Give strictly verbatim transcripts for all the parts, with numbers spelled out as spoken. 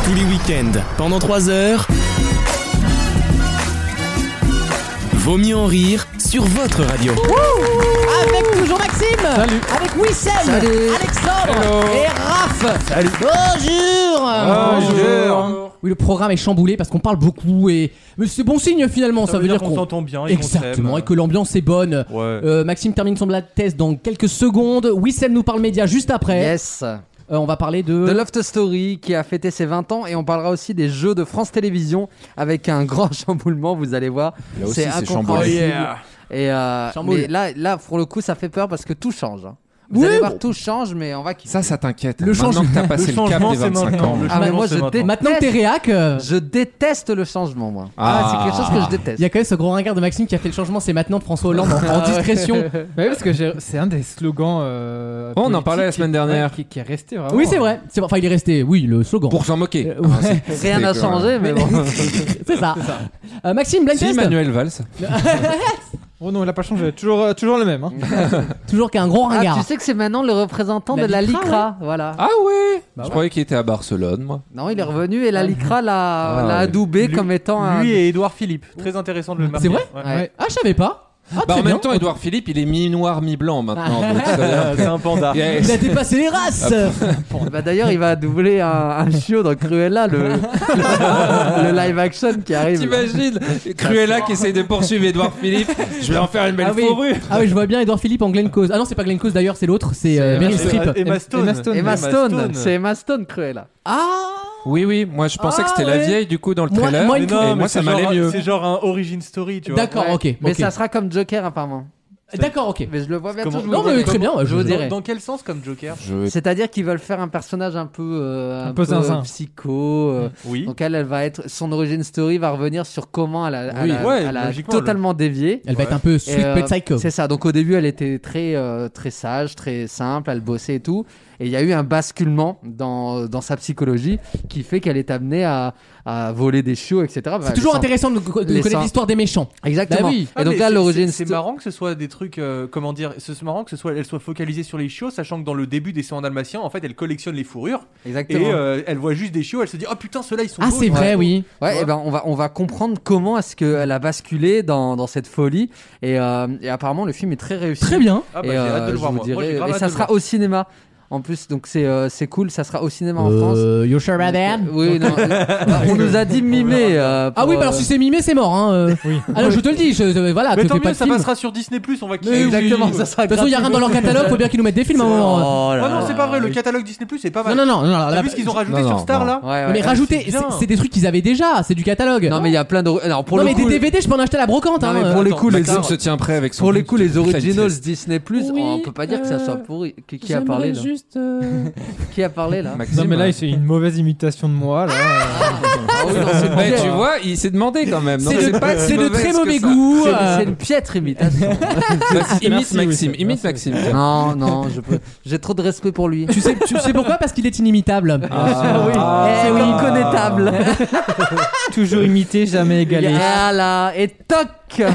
Tous les week-ends, pendant trois heures, Vaut mieux en rire sur votre radio. Wouh, avec toujours Maxime. Salut. Avec Wissem. Salut. Alexandre. Hello. Et Raph. Salut. Bonjour. Bonjour. Oui, le programme est chamboulé parce qu'on parle beaucoup et mais c'est bon signe finalement. Ça, Ça veut dire, qu'on, qu'on s'entend bien et exactement qu'on et que l'ambiance est bonne. Ouais. Euh, Maxime termine son blind test dans quelques secondes. Wissem nous parle média juste après. Yes. Euh, on va parler de The Loft Story qui a fêté ses vingt ans et on parlera aussi des jeux de France Télévisions avec un grand chamboulement, vous allez voir. Là aussi, c'est c'est incompréhensible. chamboulé. Oh yeah. Et euh, Chamboule. mais là, là, pour le coup, ça fait peur parce que tout change. hein. Vous Oui, allez voir, bon. tout change, mais on va kiffer. Ça, ça t'inquiète. Le Maintenant change- que t'as passé Le le, cap changement, des c'est vingt-cinq maintenant. ans. Le Ah, mais changement, moi, c'est je maintenant. déteste. Maintenant que t'es réac, euh, Je déteste le changement, moi. Ah. c'est quelque chose que je déteste. il y a quand même ce gros ringard de Maxime qui a fait le changement, c'est maintenant de François Hollande en, en discrétion. Ouais, parce que j'ai- c'est un des slogans. Euh, Oh, on en politiques parlait la qui- semaine dernière. ouais, qui, qui est resté vraiment. Oui, c'est vrai. C'est, enfin, il est resté. Oui, le slogan. Pour s'en moquer. Euh, Ah, ouais. c'est- Rien n'a c'est que- changé, mais bon. C'est ça. Euh, Maxime, blind Si, test. Manuel Valls. Oh non, il a pas changé. Toujours, euh, toujours le même. Hein. Toujours qu'un gros Ah, ringard. tu sais que c'est maintenant le représentant La de la Lycra, Lycra, voilà. Ah ouais Bah Je ouais. croyais qu'il était à Barcelone, moi. Non, il est revenu et la Lycra l'a, Ah, l'a ouais. adoubé Lui- comme étant un. Lui et Édouard Philippe. Très intéressant de le marquer. C'est vrai Ouais. Ouais. Ah, je savais pas. Ah, Bah, très en bien. même temps, Édouard Philippe, il est mi-noir, mi-blanc maintenant. donc ça veut dire Euh, C'est un panda. que- Yeah. Il a dépassé les races. Bah d'ailleurs, il va doubler un, un chiot dans Cruella, le, le, le live action qui arrive. T'imagines Cruella qui essaye de poursuivre Édouard Philippe. Je vais en faire une belle Ah oui. fourrure. Ah oui, je vois bien Edouard Philippe en Glenn Close. Ah non, c'est pas Glenn Close d'ailleurs, c'est l'autre, c'est euh, C'est- Meryl c'est- Streep. Emma Stone. Emma Stone. Emma Emma Stone, Stone. c'est Emma Stone, Cruella. Ah. Oui, oui, moi je pensais Ah, que c'était ouais. la vieille du coup dans le Moi- trailer. moi, et une- Mais non, moi mais ça c'est m'allait genre, mieux. c'est genre un origin story, tu vois. D'accord, Ouais. ok. Mais ok. ça sera comme Joker apparemment. D'accord, ok. Mais je le vois bientôt. Comment- je vous Non, le mais dirai. très bien. Je vous je- dirai. Dans quel sens comme Joker? Je- C'est-à-dire qu'ils veulent faire un personnage un peu, euh, Un peu zinzin. psycho. euh, Oui. Donc elle, elle va être, son origin story va revenir sur comment elle a, elle Oui, a- ouais, elle a logiquement, totalement dévié. Elle va Ouais. être un peu Et, Sweet euh, Pet Psycho. C'est ça. Donc au début, elle était très, euh, très sage, très simple. Elle bossait et tout. Et il y a eu un basculement dans, dans sa psychologie qui fait qu'elle est amenée à, à voler des chiots, et cetera. C'est toujours intéressant de, de les connaître sens- l'histoire des méchants. Exactement. Bah oui. Ah, Et donc mais là, c'est- l'origine. c'est, c'est marrant que ce soit des trucs, euh, comment dire, c'est c'est marrant que ce soit, elle soit focalisée sur les chiots, sachant que dans le début des cent dalmatiens, en fait, elle collectionne les fourrures Exactement. et euh, elle voit juste des chiots, elle se dit, oh putain, ceux-là ils sont Ah, beaux. c'est vrai, Ouais. oui. Ouais, Ouais. et ben on va on va comprendre comment est-ce qu'elle a basculé dans, dans cette folie et, euh, et apparemment le film est très réussi. Très bien. Ah bah Et, j'ai hâte euh, de le je voir vous moi. dirai- Moi, j'ai grave et hâte ça de le sera voir. au cinéma. En plus, donc c'est euh, c'est cool, ça sera au cinéma en France. Euh, you sure about that? Oui, non, euh, on nous a dit mimé. euh, Ah pour, oui, bah alors euh, si c'est mimé, c'est mort. Hein. euh. Oui. Ah non, je te le dis. Je, euh, voilà, Mais te tant fais pas mieux, de ça film. passera sur Disney Plus, on va Mais kiffer. exactement, ça sera De toute façon, il n'y a rien dans leur catalogue, faut bien qu'ils nous mettent des films à un moment. Oh là Oh non, là. c'est pas vrai, le catalogue Disney Plus c'est pas Non, mal. non, non, non, non, T'as là- vu ce qu'ils ont rajouté non, sur non, Star non. là? Ouais, ouais. mais rajouter, c'est bien. c'est c'est des trucs qu'ils avaient déjà, c'est du catalogue. Non mais il y a plein de. Alors pour non, le mais coup, des D V D, je peux en acheter à la brocante. Non, hein, mais euh. pour les Attends, coups, les Maxime or- se tient prêt avec son pour les coups, les blind originals test. Disney Plus, Oui, on peut pas dire que ça soit euh, pourri. Qui, qui a parlé là juste. euh, Qui a parlé là Maxime, Non, mais là, euh, c'est une mauvaise imitation de moi. Là. Ah oui, non, c'est une ouais, piètre. tu vois, il s'est demandé quand même. Non, C'est de, pas si c'est de mauvais très que mauvais ça. goût. C'est euh. c'est une piètre imitation. Vas-y, imite Merci, Maxime, oui, imite merci. Maxime. non, non, je peux. J'ai trop de respect pour lui. Tu sais, tu sais pourquoi? Parce qu'il est inimitable. Ah, oui. ah, C'est oui. comme connétable. Toujours imité, jamais égalé. Voilà, et toc.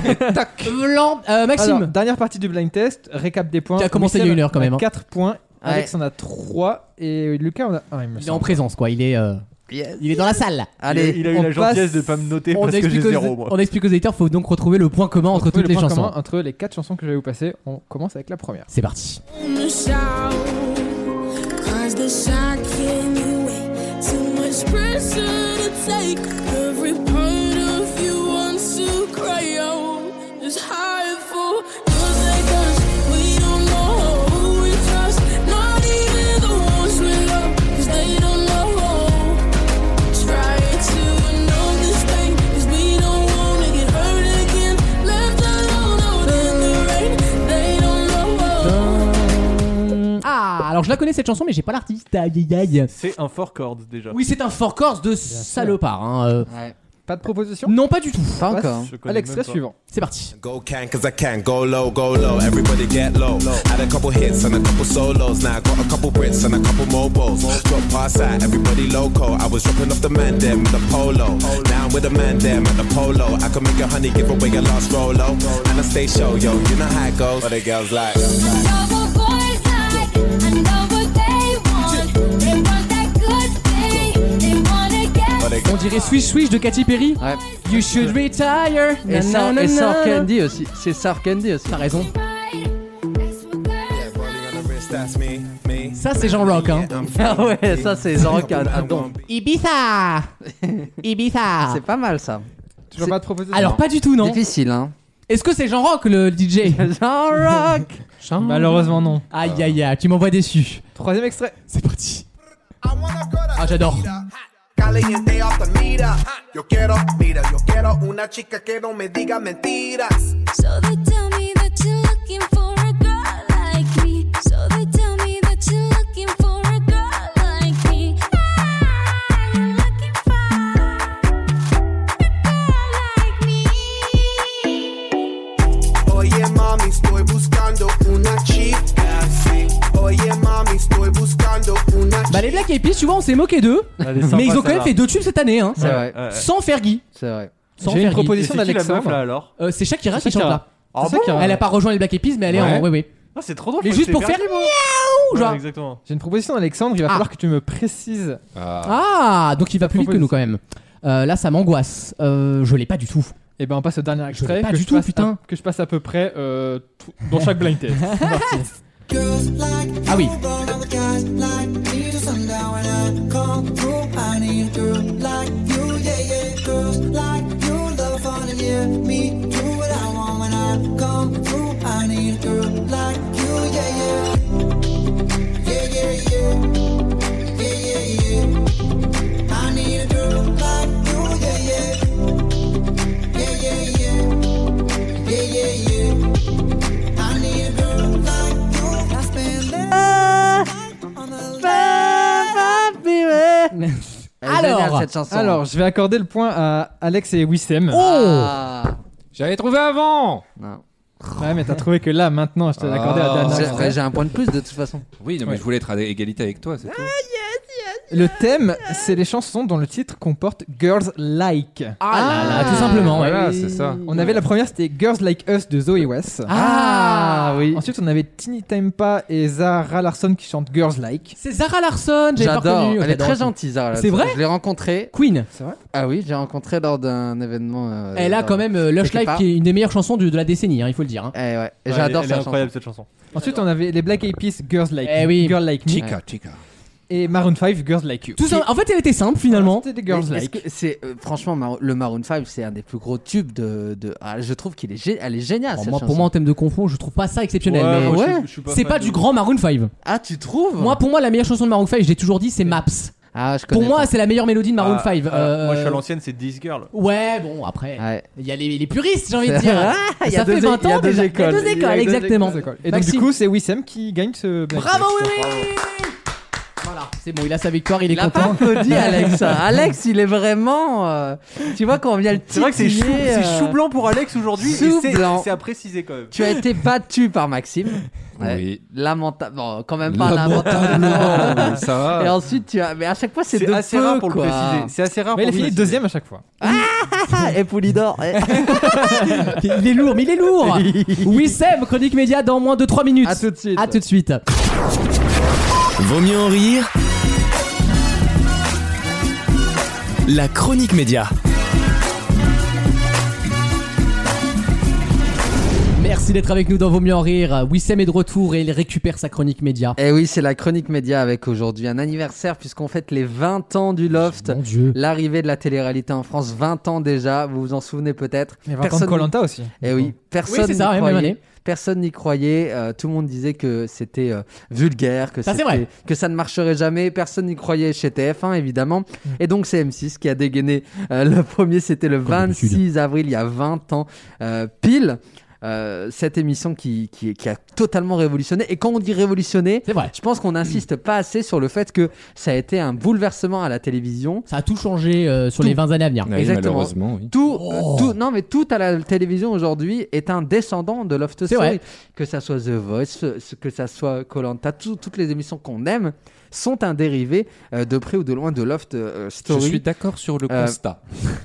Blanc. Euh, Maxime. Alors, dernière partie du blind test, récap des points. Qui a commencé il y a Wissem une heure, quand même, hein. quatre points, Ouais. Alex en a trois et Lucas en a un. Il me il est semble. en présence, quoi. Il est, euh, il est dans la salle. Allez, il a eu on la gentillesse passe- de pas me noter On parce que j'ai explique, zéro aux, moi. on explique aux éditeurs, faut donc retrouver le point commun entre Trouver toutes le les point chansons. commun entre les quatre chansons que je vais vous passer. On commence avec la première. C'est parti. Cause the shock in you way too much pressure to take. Every part of you wants to cry out. Just hide for cause they cause we don't know who we trust. Not even the ones we love. Cause they don't know. Try to know this thing. Cause we don't wanna get hurt again. Left alone out in the rain. They don't know. Ah, alors je la connais cette chanson, mais j'ai pas l'artiste. Aïe aïe aïe. C'est un four chords déjà. Oui, c'est un four chords de salopard. Hein. euh. Ouais, Pas de proposition. Non, pas du tout. pas Passe. encore. Je connais Alex, même la pas. suivante. C'est parti. Go can cause I can, go low, go low, everybody get low. Had a couple hits and a couple solos, now I got a couple Brits and a couple mobiles. Drop past that, everybody loco, I was dropping off the man them with a polo. Now I'm with a man them at the polo, I can make a honey give away your last rolo. And I stay show, yo, you know how it goes. But the girls like Know what boys like, I know what they want. They want that good thing, they wanna dirait Swish Swish de Katy Perry. Ouais. You should retire. Et Sour, et Sour Candy aussi. C'est Sour Candy aussi. T'as raison. That's me, me. Ça, c'est Jean Rock, hein. Ah ouais, ça c'est Jean Rock à, à don. Ibiza. Ibiza. C'est pas mal ça. Toujours pas de proposition. Alors, pas du tout, non. Difficile, hein. Est-ce que c'est Jean Rock le D J? Jean Rock. Jean... Malheureusement, non. Aïe aïe aïe, tu m'envoies déçu. Troisième extrait. C'est parti. Ah, j'adore. Caliente off the meter. Yo quiero, mira, yo quiero una chica que no me diga mentiras. So they tell me that you're looking for a girl like me. So they tell me that you're looking for a girl like me. Ah, you're looking for a girl like me. Oye mami, estoy buscando una chica así. Oye mami, estoy buscando una chica. Bah, les Black Eyed Peas, tu vois, on s'est moqué d'eux. Elle est sympa, Mais ils ont quand même celle-là. fait deux tubes cette année, hein. C'est vrai. Ouais, ouais. Sans Fergie. C'est vrai. Sans J'ai une Fergie. proposition Et c'est qui la d'Alexandre. meuf, là, alors Euh, c'est Shakira C'est qui chante Shakira. là. Ah C'est ça bon qui a- Elle a pas rejoint les Black Eyed Peas, mais elle est Ouais. en. Oui, oui. Ah, c'est trop drôle. Mais je juste crois pour que faire c'est miaou, Fergie. genre. Ouais, exactement. J'ai une proposition d'Alexandre, il va Ah. falloir que tu me précises. Ah, donc il va plus vite que nous quand même. Euh, là, ça m'angoisse. Euh, je l'ai pas du tout. Et ben on passe au dernier l'ai extrait pas que du je tout, passe putain. à- que je passe à peu près euh, tout- dans chaque blind test. C'est parti. Ah oui. Elle est géniale, Alors, cette chanson. Alors, je vais accorder le point à Alex et Wissem. Oh, Ah. J'avais trouvé avant. Non. Ouais, mais t'as trouvé que là, maintenant, je t'ai accordé la Ah. dernière J'ai extrait. ouais, j'ai un point de plus de toute façon. Oui, non, mais Ouais. je voulais être à égalité avec toi, c'est tout. Le thème, c'est les chansons dont le titre comporte Girls Like. ah là là, tout simplement. Voilà, ouais. c'est ça. On avait la première, c'était Girls Like Us de Zoe West. Ah oui. Ensuite, on avait Tini Tempa et Zara Larsson qui chantent Girls Like. C'est Zara Larsson, j'ai pas J'adore. reconnu. Elle est J'adore très aussi. gentille, Zara. C'est vrai Je l'ai rencontrée. Queen. C'est vrai? Ah oui, j'ai rencontré lors d'un événement. euh, Elle a dans- quand même euh, Lush quelque Life part. qui est une des meilleures chansons de, de la décennie, hein, il faut le dire. hein. Eh ouais, et Ouais, j'adore elle sa est chanson. incroyable cette chanson. Ensuite, on avait les Black Eyed Peas Girls Like Eh Me, oui. Girl Like Me. Chica, chica. Et Maroon five Girls Like You. Tout ça, en fait, elle était simple finalement. C'était des Girls Mais est-ce Like. que c'est euh, franchement Mar- le Maroon five, c'est un des plus gros tubes de. de... Ah, je trouve qu'il est gé- elle est géniale. Alors, cette moi, chanson. pour moi, en thème de confond, je trouve pas ça exceptionnel. Ouais, mais moi, je ouais. suis- je suis c'est fan pas de du ouf. grand Maroon five. Ah, tu trouves? Moi, pour moi, la meilleure chanson de Maroon five, je l'ai toujours dit, c'est Maps. ah, je Pour connais moi, pas. c'est la meilleure mélodie de Maroon Ah, five. ah, Euh, Moi, je suis à l'ancienne, c'est This Girl. Ouais, bon, après, Ouais. il y a les, les puristes, j'ai envie de dire. Ah, il y a ça fait deux- vingt il y a ans deux déjà. écoles. Il y a deux Il y a écoles, deux exactement. écoles. Et donc, du Maxime. coup, c'est Wissem qui gagne ce blind Bravo, test. oui, oui. Voilà, c'est bon, il a sa victoire, il est Il a pas content. applaudi Alex. Alex, il est vraiment. euh, Tu vois quand on vient le C'est vrai que c'est chou, titiller, c'est euh, chou blanc pour Alex aujourd'hui. Et chou c'est blanc. c'est à préciser quand même. Tu as été battu par Maxime. Oui. Lamentable. Bon, quand même pas lamentable. Lamentablement, ça Et va. ensuite, tu as. Mais à chaque fois, c'est C'est de assez peu, rare pour quoi. le préciser. C'est assez rare Mais il pour a le fini préciser. deuxième à chaque fois. Et Poulidor. eh. Il est lourd, mais il est lourd. Wissem, chronique média dans moins de trois minutes. À tout de suite. À tout de suite. Vaut mieux en rire. La chronique média. Merci d'être avec nous dans Vaut mieux en rire. Wissem est de retour et il récupère sa chronique média. Et oui, c'est la chronique média avec aujourd'hui un anniversaire puisqu'on fête les vingt ans du Loft. Mon Dieu. L'arrivée de la télé-réalité en France, vingt ans déjà, vous vous en souvenez peut-être. Il y a vingt ans de Koh-Lanta aussi. Et oui, personne Oui, c'est ça, n'y ouais, même croyait. année. Personne n'y croyait, euh, tout le monde disait que c'était euh, vulgaire, que, Ça, c'est c'était- vrai. que ça ne marcherait jamais, personne n'y croyait chez T F un évidemment, Mm. et donc c'est M six qui a dégainé euh, le premier, c'était le Comme d'habitude. vingt-six avril, il y a vingt ans euh, pile, euh, cette émission qui, qui, qui a totalement révolutionné, et quand on dit révolutionné, C'est vrai. je pense qu'on n'insiste pas assez sur le fait que ça a été un bouleversement à la télévision. Ça a tout changé euh, sur Tout. les vingt années à venir. Oui, Exactement. malheureusement, oui. Tout, Oh. euh, tout, non mais tout à la télévision aujourd'hui est un descendant de Loft C'est Story. vrai. Que ça soit The Voice, ce- que ça soit Koh-Lanta, tout- toutes les émissions qu'on aime sont un dérivé euh, de près ou de loin de Loft euh, Je Story. suis d'accord sur le Euh, constat.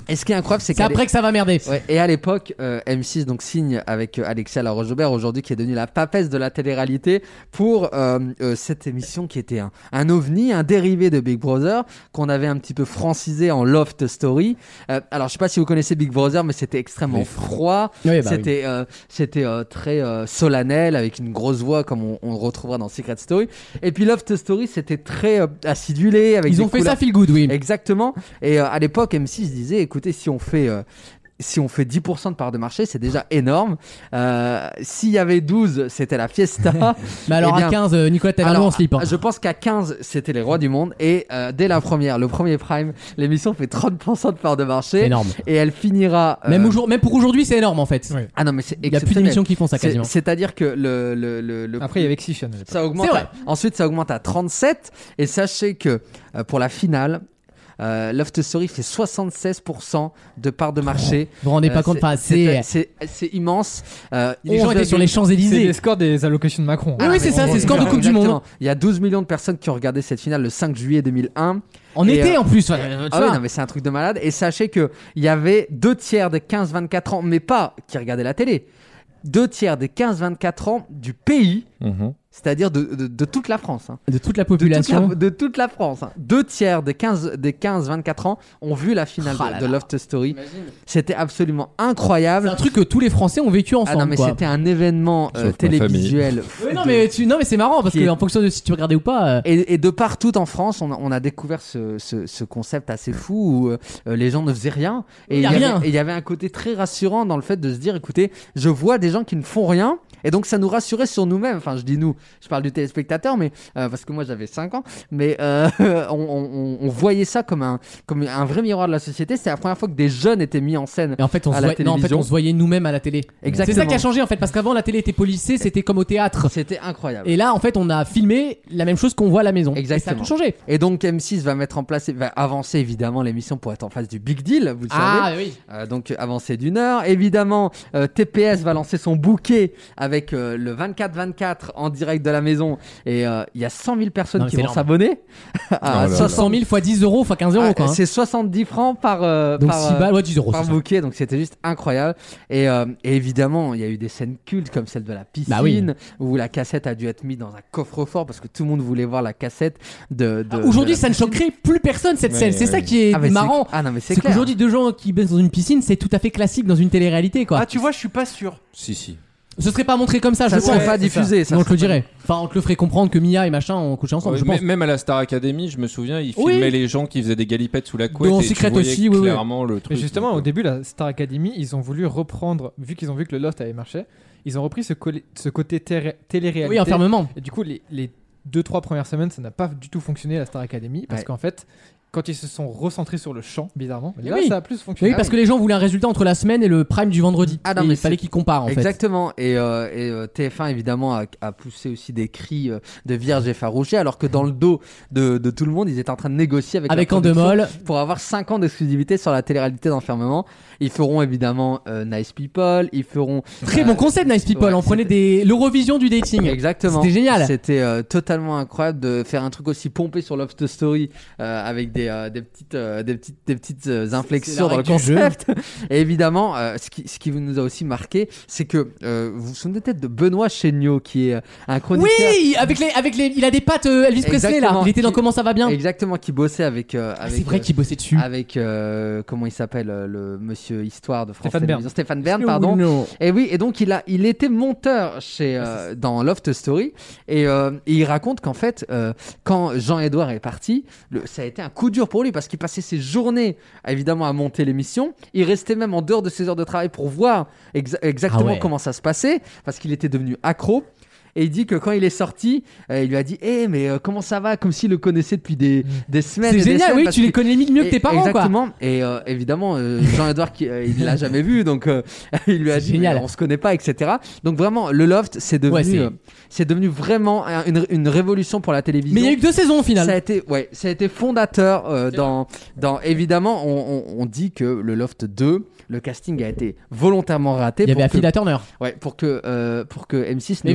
Et ce qui est incroyable, c'est, C'est qu'à après que ça va merder. Ouais, et à l'époque, euh, M six donc signe avec euh, Alexia Laroche-Joubert, aujourd'hui qui est devenue la papesse de la télé-réalité, pour euh, euh, cette émission qui était un, un ovni, un dérivé de Big Brother, qu'on avait un petit peu francisé en Loft Story. Euh, alors, je sais pas si vous connaissez Big Brother, mais c'était extrêmement Oui. froid. Oui, bah c'était euh, c'était euh, très euh, solennel, avec une grosse voix comme on, on le retrouvera dans Secret Story. Et puis Loft Story, c'était très euh, acidulé. Avec Ils des ont fait couleurs- ça feel good, oui. Exactement. Et euh, à l'époque, M six disait, écoutez, si on fait euh, si on fait dix pour cent de part de marché, c'est déjà énorme. Euh, s'il y avait douze, c'était la fiesta. Mais alors Eh bien, à quinze, euh, Nicolas Taverneau alors, en slip. hein. je pense qu'à quinze, c'était les rois du monde. Et euh, dès la première, le premier prime, l'émission fait trente pour cent de part de C'est marché. énorme. Et elle finira. euh, Même, aujourd- même pour aujourd'hui, c'est énorme en fait. Ouais. Ah non, mais c'est Il y a plus exceptionnel. d'émissions qui font ça C'est- quasiment. C'est-à-dire que le, le, le, le Après, il y avait Excision. à l'époque. ça augmente. C'est vrai. à- ensuite, ça augmente à trente-sept. Et sachez que euh, pour la finale, euh, Loft Story fait soixante-seize pour cent de part de marché. Vous vous rendez Euh, pas compte, enfin, c'est. c'est c'est immense. Euh, Les gens onze étaient sur les C'est Champs-Élysées. les scores des allocations de Macron. Oui, oui, c'est ça, c'est score de Coupe du Exactement. Monde. Il y a douze millions de personnes qui ont regardé cette finale le cinq juillet deux mille un. En Et, été euh, en plus. enfin, tu Ah oui, vois. non, mais c'est un truc de malade. Et sachez que il y avait deux tiers des quinze vingt-quatre ans, mais pas qui regardaient la télé. Deux tiers des quinze vingt-quatre ans du pays, Mhm. c'est-à-dire de, de, de toute la France. hein. De toute la De toute population. la, de toute la France. hein. Deux tiers des quinze des quinze vingt-quatre ans ont vu la finale Oh de, là de là. Loft Story. C'était absolument incroyable. C'est un truc que tous les Français ont vécu Ah ensemble. non, mais quoi. c'était un événement euh, Sauf ma télévisuel. Oui, non, mais, tu... non, mais c'est marrant parce Qui est- que en fonction de si tu regardais ou pas. euh, Et, et de partout en France, on a, on a découvert ce, ce, ce concept assez fou où euh, les gens ne faisaient rien. Et Il y a avait- rien. et il y avait un côté très rassurant dans le fait de se dire, écoutez, je vois des gens qui ne font rien. Et donc ça nous rassurait sur nous-mêmes. Enfin, je dis nous, je parle du téléspectateur, mais euh, parce que moi j'avais cinq ans. Mais euh, on, on, on voyait ça comme un, comme un vrai miroir de la société. C'était la première fois que des jeunes étaient mis en scène. Et en fait, on à se, la voyait... non, en fait, télévision. on se voyait nous-mêmes à la télé. Exactement. C'est ça qui a changé en fait, parce qu'avant la télé était policée, c'était comme au théâtre. C'était incroyable. Et là, en fait, on a filmé la même chose qu'on voit à la maison. Exactement. Et ça a tout changé. Et donc M six va mettre en place, va avancer évidemment l'émission pour être en face du Big Deal, vous le savez. Ah oui. Euh, donc avancer d'une heure. Évidemment, euh, T P S va lancer son bouquet avec euh, le vingt-quatre vingt-quatre en direct de la maison. Et euh, il y a cent mille personnes Non, mais qui c'est vont énorme. s'abonner. à Oh là là. soixante mille fois dix euros, fois quinze euros Ah, quoi. hein. c'est soixante-dix francs par, euh, Donc par, six euh, balles, ouais, dix euros. par c'est ça. bouquet. Donc c'était juste incroyable. Et, euh, et évidemment, il y a eu des scènes cultes comme celle de la piscine Bah oui. où la cassette a dû être mise dans un coffre-fort parce que tout le monde voulait voir la cassette de. de Ah, Aujourd'hui, de la ça ne piscine. choquerait plus personne cette Ouais, scène. C'est ouais. ça qui est Ah, mais c'est- marrant. Ah non, mais c'est C'est clair. qu'aujourd'hui, deux gens qui baissent dans une piscine, c'est tout à fait classique dans une télé-réalité quoi. Ah, tu vois, je suis pas sûr. Si, si. Ce serait pas montré comme ça, Ça je serait pense. pas diffusé. ça Sinon, on te le serait pas- dirait. Enfin, on te le ferait comprendre que Mia et machin ont couché ensemble, Ouais, je mais- pense. même à la Star Academy, je me souviens, ils Oui. filmaient les gens qui faisaient des galipettes sous la couette. Dans et tu Secret voyais aussi, oui, oui. clairement le truc. Mais justement, donc, au début, la Star Academy, ils ont voulu reprendre, vu qu'ils ont vu que le Loft avait marché, ils ont repris ce, co- ce côté télé- télé-réalité. Oui, enfermement. Et du coup, les, les deux, trois premières semaines, ça n'a pas du tout fonctionné, la Star Academy, parce Ouais. qu'en fait, quand ils se sont recentrés sur le chant, bizarrement, Oui. là, ça a plus Oui, fonctionné. parce que les gens voulaient un résultat entre la semaine et le prime du vendredi. Ah non, Et mais il fallait c'est- qu'ils comparent en fait. Exactement. Et, euh, et euh, T F un évidemment a, a poussé aussi des cris euh, de vierge effarouchée, alors que dans le dos de, de tout le monde, ils étaient en train de négocier avec, Avec la production Endemol. pour avoir cinq ans d'exclusivité sur la télé-réalité d'enfermement. Ils feront évidemment euh, Nice People, ils feront Très euh, bon concept, Nice People. ouais, on prenait c'était- des l'Eurovision du dating. Exactement. C'était génial. C'était euh, totalement incroyable de faire un truc aussi pompé sur Loft Story euh, avec des, euh, des petites, euh, des petites, des petites euh, inflexions la dans le règle du jeu. concept. Et évidemment, euh, ce qui, ce qui nous a aussi marqué, c'est que euh, vous vous souvenez peut-être de Benoît Chéniaud, qui est euh, un chroniqueur. Oui, avec les, avec les, il a des pattes euh, Elvis Presley là. Exactement. Il était dans Qui- Comment ça va bien. Exactement, qui bossait avec. euh, Ah, avec c'est vrai euh, qu'il bossait dessus. Avec euh, comment il s'appelle euh, le monsieur Histoire de France Stéphane Télévisions, Bern. Stéphane Bern, pardon. Non. Et oui, et donc il a, il était monteur chez euh, dans Loft Story et, euh, et il raconte qu'en fait, euh, quand Jean-Édouard est parti, le, ça a été un coup dur pour lui parce qu'il passait ses journées évidemment à monter l'émission. Il restait même en dehors de ses heures de travail pour voir exa- exactement Ah ouais. comment ça se passait parce qu'il était devenu accro. Et il dit que quand il est sorti, euh, il lui a dit Eh, mais euh, comment ça va ? Comme s'il le connaissait depuis des, des semaines. C'est et des génial, semaines, oui, parce tu les que- connais limite mieux que et- tes parents quoi. Exactement. Et euh, évidemment, euh, Jean-Edouard, qui, euh, il l'a jamais vu, donc euh, il lui a C'est dit génial. mais on se connaît pas, et cetera. Donc vraiment, le Loft, c'est devenu, Ouais, c'est- euh, c'est devenu vraiment un- une, une révolution pour la télévision. Mais il y a eu que deux saisons au final. Ça a été, ouais, ça a été fondateur euh, dans, dans. Évidemment, on, on, on dit que le Loft deux, le casting a été volontairement raté. Il y pour avait que, Affida Turner. ouais, pour que, euh, pour que M six ne Évidemment. recommande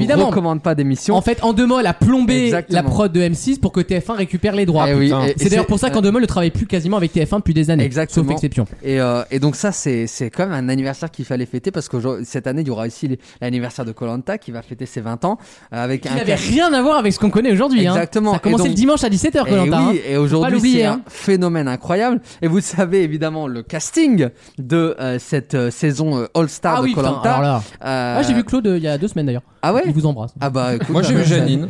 commande pas d'émission. En fait, Endemol a plombé Exactement. la prod de M six pour que T F un récupère les droits. Eh oui, Putain. et- et c'est d'ailleurs c'est- pour ça qu'Endemol ne travaille plus quasiment avec T F un depuis des années. Exactement. Sauf exception. Et, euh, et donc ça, c'est c'est quand même un anniversaire qu'il fallait fêter parce que cette année, il y aura aussi les- l'anniversaire de Koh-Lanta qui va fêter ses vingt ans euh, avec Il un n'avait rien à voir avec ce qu'on connaît aujourd'hui. Hein. Exactement. Ça a commencé Et donc- le dimanche à dix-sept heures, Et Koh-Lanta. oui, et aujourd'hui l'oublier, c'est hein. un phénomène incroyable. Et vous savez évidemment le casting de euh, cette euh, saison euh, All Star Ah de oui, putain, Koh-Lanta. alors là. Euh, Ah, j'ai vu Claude euh, il y a deux semaines d'ailleurs. Ah ouais. Il vous embrasse. Ah bah écoute, Moi j'ai bah, vu Janine.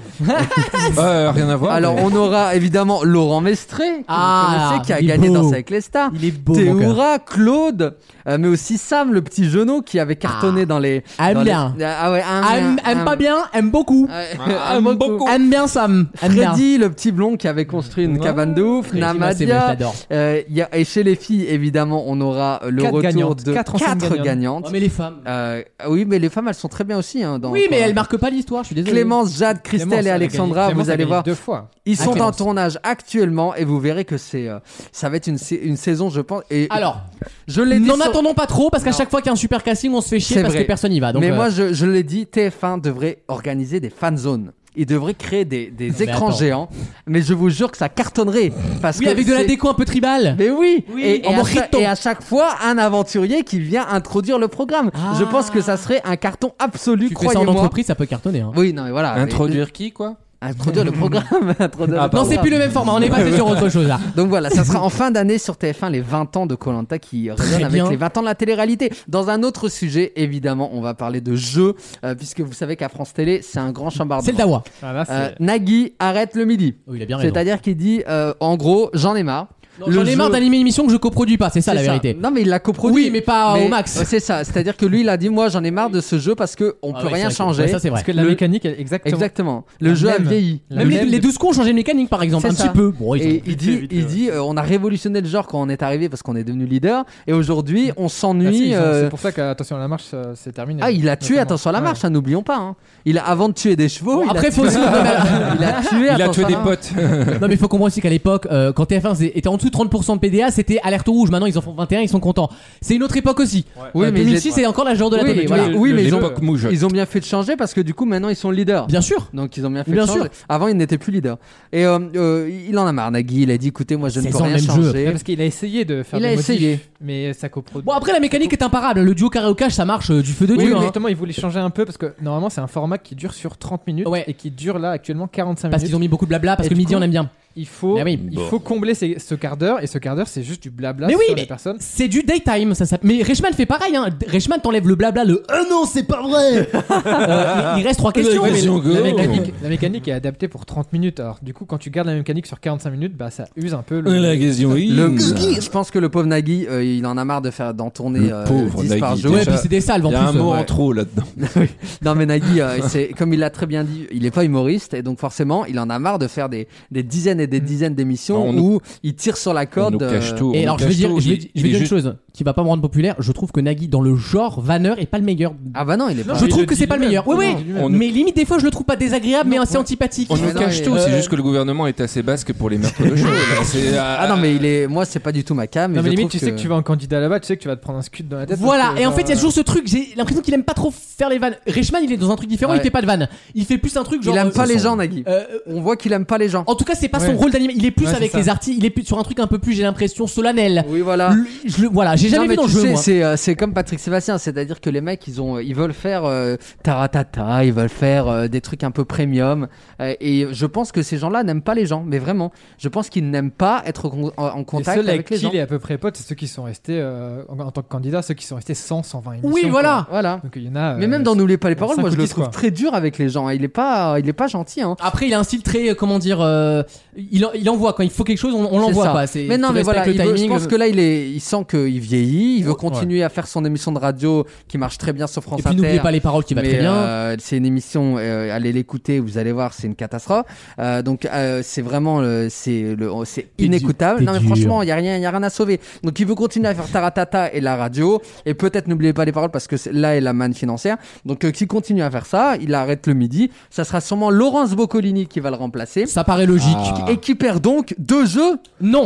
euh, rien à voir. Alors mais- on aura évidemment Laurent Mestré, que Ah, vous connaissez, qui a il est gagné beau. Danse avec les stars. Il est beau. mon gars. Théoura, Claude, euh, mais aussi Sam, le petit genou qui avait cartonné dans les. Aime dans bien. les- Ah ouais, aime, Aime, bien, aime aime- pas bien, aime beaucoup. Ouais, Ah, aime beaucoup. Aime bien Sam. Aime bien. Freddy, le petit blond qui avait construit une Ouais. cabane de ouf. Freddy, moi, c'est bon, je Namadia. l'adore. Euh, y a- et chez les filles, évidemment, on aura euh, le Quatre retour gagnantes, de quatre anciennes quatre gagnantes. gagnantes. Oh, mais les femmes. Euh, oui, mais les femmes, elles sont très bien aussi. Hein, dans, Oui, mais dans- elles marquent pas l'histoire, je suis désolé. Clémence, Jade, Christelle Clémence, et elle a Alexandra, gagné- Clémence vous a allez gagné voir. deux fois. Ils Ah, sont en Clémence. tournage actuellement et vous verrez que c'est, euh, ça va être une, sa- une saison, je pense. Et Alors, je l'ai dit. n'en sur- attendons pas trop parce qu'à Non. chaque fois qu'il y a un super casting, on se fait chier C'est parce vrai. que personne y va. Donc, mais euh, moi, je, je l'ai dit, T F un devrait organiser des fan zones. Il devrait créer des, des mais écrans attends. géants. Mais je vous jure que ça cartonnerait. Parce oui, que avec de la c'est- déco un peu tribale. Mais oui, Oui, et, et en à mojito. chaque, et à chaque fois, un aventurier qui vient introduire le programme. Ah. Je pense que ça serait un carton absolu, Tu fais ça en croyez-moi. entreprise, ça peut cartonner. Hein. Oui, non, mais voilà. mais- Introduire qui quoi Introduire le programme. introduire Ah, le pardon. Non, c'est plus le même format. On est passé sur autre chose là. Donc voilà, ça sera en fin d'année sur T F un les vingt ans de Koh-Lanta qui résonnent avec bien. les vingt ans de la télé-réalité. Dans un autre sujet, évidemment, on va parler de jeux, euh, puisque vous savez qu'à France Télé, c'est un grand chambardement. C'est le Dawa. Ah, là, c'est- Euh, Nagui arrête le midi. Oh, il a bien raison. C'est-à-dire qu'il dit, euh, en gros, j'en ai marre. Non, Le J'en ai marre jeu- d'animer une émission que je coproduis pas, c'est ça C'est la vérité. Non, mais il l'a coproduit. Oui, mais pas au max. euh, C'est ça. C'est-à-dire que lui, il a dit, moi, j'en ai marre de ce jeu parce que on Ah peut ouais, rien c'est vrai que- changer. ouais, ça c'est vrai. Parce que la Le- mécanique, elle- exactement. Exactement. Le La jeu a même. vieilli. La Même les, même les de- douze cons ont changé de mécanique par exemple, C'est un ça. petit peu. Bon, ils ont- Et il dit, vite, il euh. dit euh, on a révolutionné le genre quand on est arrivé parce qu'on est devenu leader. Et aujourd'hui, on Ah, si, s'ennuie. ils ont- euh, C'est pour ça qu'Attention à la marche, ça- c'est terminé. Ah, il a tué Notamment. Attention à la Ouais. marche, hein, n'oublions pas. hein. Il a, avant de tuer des chevaux, Bon, il, après, a faut tué... aussi- non, mais- il a tué. Il a Attention tué à des la potes. Non mais il faut comprendre aussi qu'à l'époque, euh, quand T F un était en dessous de trente pour cent de P D A, c'était alerte rouge. Maintenant ils en font vingt et un, ils sont contents. C'est une autre époque aussi. Oui, Euh, mais deux mille ils six étaient- c'est encore la jour de la Oui, télé. mais- Voilà. oui, oui, mais ils ont, L'époque moujotte. ils ont bien fait de changer parce que du coup, maintenant, ils sont leaders. Bien sûr. Donc ils ont bien fait Bien de changer. sûr. Avant, ils n'étaient plus leaders. Et euh, euh, il en a marre, Nagui. Il a dit, écoutez, moi, je ne seize peux ans, rien le même jeu. changer. Ouais, parce qu'il a essayé de faire Il des a modifs, essayé. mais ça coproduit. Bon après la mécanique est imparable. Le duo karaoke ça marche euh, du feu de Oui, Dieu. mais hein. justement, il voulait changer un peu parce que normalement, c'est un format qui dure sur trente minutes Ouais. et qui dure là actuellement quarante-cinq Parce minutes. qu'ils ont mis beaucoup de blabla parce Et que du midi coup, on aime bien. Il faut, Ah oui. il Bon. faut combler ces- ce quart d'heure et ce quart d'heure, c'est juste du blabla Mais sur oui, les mais personnes. c'est du daytime ça s'appelle. Mais Reichmann fait pareil hein. Reichmann t'enlève le blabla, le oh non c'est pas vrai. Euh, il il reste trois questions. Ouais, mais question, la, go. mécanique, la mécanique est adaptée pour trente minutes. Alors, du coup, quand tu gardes la mécanique sur quarante-cinq minutes, bah ça use un peu le. La question, oui. Le- je pense que le pauvre Nagui, euh, il en a marre de faire d'en tourner Le euh, pauvre dix par Nagui. jour. Ouais, Déjà, puis c'est des salves en Il y plus. a un mot euh, en trop là-dedans. Non mais Nagui, euh, c'est comme il l'a très bien dit, il est pas humoriste et donc forcément, il en a marre de faire des, des dizaines et des dizaines d'émissions Non, on nous- où il tire sur la On corde. nous cache euh, tout. Et on alors nous je vais cache dire, tout. je vais, Il- je vais il dire est une juste- chose qui va pas me rendre populaire. Je trouve que Nagui dans le genre vanneur est pas le meilleur. Ah bah non, il est pas. je il trouve le que dit c'est pas le lui-même. meilleur. Oui, oui. Non, lui-même. On- Mais limite des fois je le trouve pas désagréable, mais assez antipathique. On nous Mais non, cache il- tout, c'est euh, juste que le gouvernement est assez basque pour les meurtres de show. là. C'est, euh, Ah non mais il est, moi c'est pas du tout ma cam. Non, mais je limite, trouve tu sais que tu vas en candidat là-bas, tu sais que tu vas te prendre un scud dans la tête. Voilà, parce que, et en genre, fait, il y a toujours ce truc, j'ai l'impression qu'il aime pas trop faire les vannes. Reichmann, il est dans un truc différent, Ouais. il fait pas de vannes. Il fait plus un truc genre. Il aime euh, pas les son- gens, Nagui. euh, On voit qu'il aime pas les gens. En tout cas, c'est pas son Ouais. rôle d'animer. Il est plus Ouais, c'est avec ça. les artistes, il est plus sur un truc un peu plus, j'ai l'impression, solennel. Oui voilà. Le- je le- voilà, j'ai jamais Non, mais vu dans le tu jeu. sais, moi. c'est, euh, c'est comme Patrick Sébastien, c'est-à-dire que les mecs ils ont, ils veulent faire euh, taratata, ils veulent faire euh, des trucs un peu premium, euh, et je pense que ces gens-là n'aiment pas les gens, mais vraiment, je pense qu'ils n'aiment pas être con- en, en Les contact seuls avec avec les qui gens. il est à peu près pote, c'est ceux qui sont restés euh, en, en tant que candidat, ceux qui sont restés cent, cent vingt émissions. Oui, quoi. voilà. Voilà. Donc il y en a. Mais euh, même dans N'oubliez pas les euh, paroles, cinq moi je ou le dix, trouve quoi. très dur avec les gens. hein. Il est pas, il est pas gentil. Hein. Après, il a un style très, euh, comment dire, euh, il, en- il envoie quand il faut quelque chose, on, on C'est l'envoie ça. quoi. C'est- Mais non, tu mais voilà, respectes il le veut- je timing. pense que là, il est, il sent qu'il vieillit, il veut Ouais. continuer à faire son émission de radio qui marche très bien sur France Et puis Inter. n'oubliez pas les paroles qui va mais, très bien. euh, c'est une émission, euh, allez l'écouter, vous allez voir, c'est une catastrophe. Euh, donc euh, c'est vraiment, euh, c'est le, c'est T'es inécoutable. dur, Non mais t'es dur. franchement, il y a rien, il y a rien à sauver. Donc il veut continuer à faire Taratata et la radio, et peut-être n'oubliez pas les paroles parce que c'est- là est la manne financière. Donc euh, s'il continue à faire ça, il arrête le midi. Ça sera sûrement Laurence Boccolini qui va le remplacer Ça paraît logique. Ah. et qui perd donc deux jeux. Non.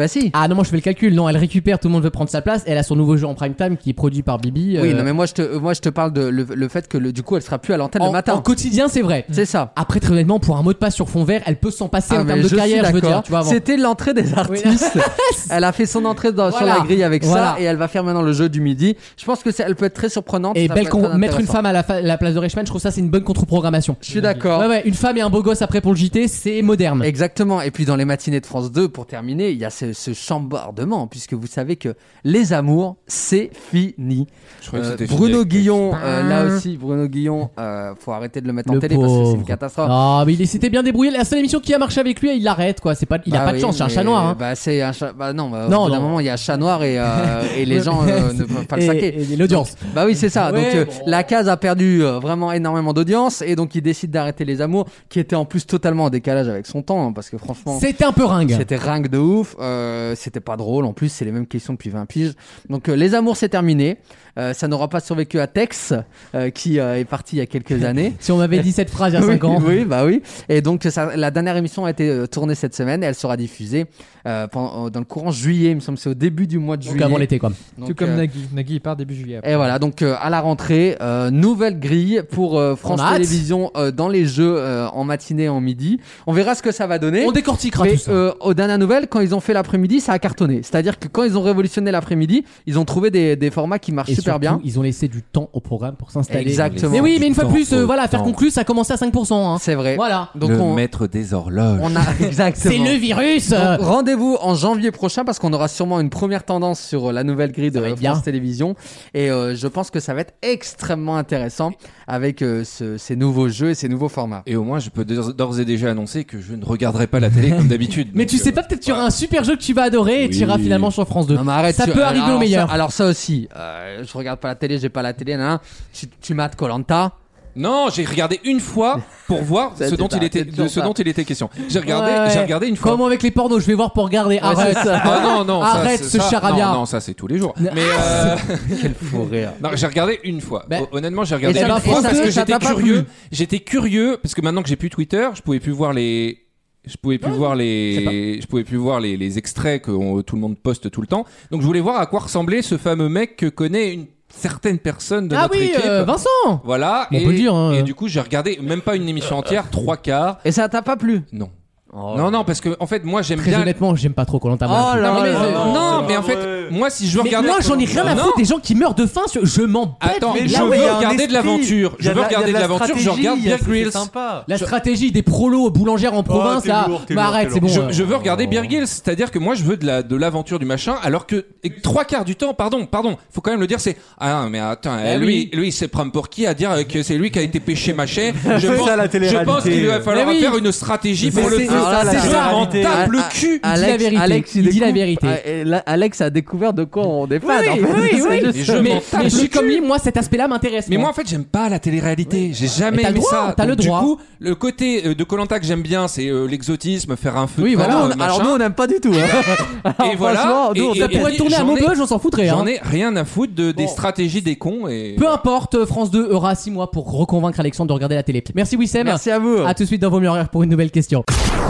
Bah si. Ah non, moi je fais le calcul. Non, elle récupère, tout le monde veut prendre sa place. Elle a son nouveau jeu en prime time qui est produit par Bibi. Oui, euh, non mais moi je te, moi je te parle de le, le fait que le, du coup elle sera plus à l'antenne en, le matin. en quotidien, c'est vrai. C'est ça. Après, très honnêtement, pour un mot de passe sur fond vert, elle peut s'en passer Ah, en mais termes de je carrière, suis je veux d'accord. dire. Tu vois, avant. C'était l'entrée des artistes. Elle a fait son entrée dans, Voilà. sur la grille avec Voilà. ça et elle va faire maintenant le jeu du midi. Je pense que c'est, elle peut être très surprenante. Et ça belle peut con- être très mettre une intéressant. femme à la, fa- la place de Reichmann, je trouve ça c'est une bonne contre-programmation. Je suis d'accord. Ouais, ouais, une femme et un beau gosse après pour le J T, c'est moderne. Exactement. Et puis dans les matinées de France deux, pour terminer, il y a ce, ce chambardement, puisque vous savez que les amours, c'est fini. Je croyais que Euh, c'était fini Bruno avec- Guillon, euh, là aussi, Bruno Guillon, euh, faut arrêter de le mettre en Le télé parce que c'est pauvre. une catastrophe. Ah, mais il s'était bien débrouillé. La seule émission qui a marché avec lui, il l'arrête quoi. C'est pas, il a Bah pas de oui, chance, c'est un mais- chat noir. Hein. Bah c'est un chat. Bah non, bah, Non, au bout d'un non. moment il y a chat noir et, euh, et les gens euh, ne peuvent pas le Et- saquer. et l'audience. Bah oui, c'est ça. Ouais, donc euh, bon. la case a perdu euh, vraiment énormément d'audience et donc il décide d'arrêter les amours, qui était en plus totalement en décalage avec son temps, hein, parce que franchement. C'était un peu ringue. C'était ringue de ouf, euh, c'était pas drôle en plus, c'est les mêmes questions depuis vingt piges. Donc euh, les amours c'est terminé, euh, ça n'aura pas survécu à Tex euh, qui euh, est parti il y a quelques années. Si on m'avait dit cette phrase il y a oui, cinq ans. oui, bah oui. Et donc ça, la dernière émission a été euh, tournée cette semaine et elle sera diffusée euh, pendant, dans le courant juillet, il me semble que c'est au début du mois de Donc juillet. avant l'été quoi. Donc, Tout comme euh, Nagui. Nagui, il part début juillet. après. et voilà, donc euh, à la rentrée, euh, nouvelle grille pour euh, France On a hâte. Télévisions euh, dans les jeux euh, en matinée et en midi. On verra ce que ça va donner. On décortiquera Mais tout ça. euh, aux dernières nouvelles, quand ils ont fait l'après-midi, ça a cartonné. C'est-à-dire que quand ils ont révolutionné l'après-midi, ils ont trouvé des, des formats qui marchent Et super surtout, bien. ils ont laissé du temps au programme pour s'installer. Exactement. Mais oui, mais une fois de Temps plus, euh, au voilà, faire temps. conclure, ça a commencé à cinq pour cent. Hein. C'est vrai. Voilà. Donc le on, maître des horloges. on a exactement. C'est le virus. Donc, euh. rendez-vous en janvier prochain parce qu'on aura sûrement une première tendance sur euh, la nouvelle grille de va être France bien. Télévisions et euh, je pense que ça va être extrêmement intéressant avec euh, ce- ces nouveaux jeux et ces nouveaux formats. Et au moins, je peux d'ores d'ores et déjà annoncer que je ne regarderai pas la télé comme d'habitude. Mais Donc, tu sais euh, pas, peut-être tu auras un super jeu que tu vas adorer et Oui. tu iras finalement sur France deux. Non, mais arrête, ça tu- peut arriver alors au meilleur. Ça, alors ça aussi, euh, je regarde pas la télé, j'ai pas la télé, nan, nan. tu, tu mates Koh-Lanta. Non, j'ai regardé une fois pour voir Ça, ce dont c'est il ça, était, c'est de toujours ce ça. dont il était question. J'ai regardé, Ouais, ouais. j'ai regardé une fois. Comment avec les pornos, je vais voir pour regarder. Arrête. c'est ça. Ah non, non, ça, Arrête c'est- ce ça, charabia. Non, non, ça c'est tous les jours. Mais euh, Quel fou rire. non, j'ai regardé une fois. Ben, Hon- Honnêtement, j'ai regardé et ça une t'a- fois et ça- parce que et ça j'étais t'a pas curieux. plu J'étais curieux parce que maintenant que j'ai plus Twitter, je pouvais plus voir les. Je pouvais plus voir les, je pouvais plus voir les, les extraits que on- tout le monde poste tout le temps. Donc je voulais voir à quoi ressemblait ce fameux mec que connaît une certaine personne de Ah notre oui, équipe. euh, Vincent. Voilà. On et, peut le dire, hein. et du coup, j'ai regardé même pas une émission entière, trois quarts. Et ça t'a pas plu? Non. non, non, parce que en fait, moi, j'aime Très bien. honnêtement, j'aime pas trop Koh-Lanta. Oh là Non, mais, là là. non, mais en fait, moi, si je veux Mais regarder. moi, j'en ai rien à Non. foutre des gens qui meurent de faim. sur- Je m'en bête. Attends, mais je là, veux ouais, il y a un regarder de esprit. l'aventure. Il y Je a veux de la- il y a regarder de de la l'aventure. Je stratégie, regarde il y a- Bear c'est Grylls. sympa. La stratégie des prolos boulangères en province, t'es là. lourd, t'es Bah lourd, arrête, t'es c'est bon. Je, euh. je veux regarder Bear Grylls, c'est-à-dire que moi je veux de la de l'aventure du machin, alors que et trois quarts du temps, pardon, pardon, faut quand même le dire, c'est ah mais attends, Eh lui, lui, il se prend pour qui à dire que c'est lui qui a été pêché machin. Je C'est pense, ça, la je télé-réalité. pense qu'il va falloir Mais oui. faire une stratégie Mais pour le c'est- faire. Ah là là c'est là ça. là. Je m'en tape le Ah, cul. Il dit la vérité. Alex, Il dit la découvre- vérité. Ah, et là, Alex a découvert de quoi on est fan. Oui, en fait. oui, C'est oui. juste Et ça. je mais, m'en mais tape je suis le comme cul. lui, moi cet aspect-là m'intéresse. Mais moi en fait j'aime pas la télé-réalité, j'ai jamais Mais t'as le aimé droit, ça. t'as le Donc, droit. Du coup, le côté euh, de Koh-Lanta que j'aime bien, c'est euh, l'exotisme, faire un feu. Oui, de voilà. camp, Alors, euh, nous, alors machin. nous, on n'aime pas du tout. Hein. Alors, Et voilà. franchement, nous, on Et- ça et- pourrait et tourner à j'en ai- Maubeuge, on s'en foutrait. J'en Hein. ai rien à foutre de, des Bon. stratégies des cons et. Peu importe, France deux aura six mois pour reconvaincre Alexandre de regarder la télé. Merci Wissem. Merci à vous. À tout de suite dans Vaut mieux en rire pour une nouvelle question.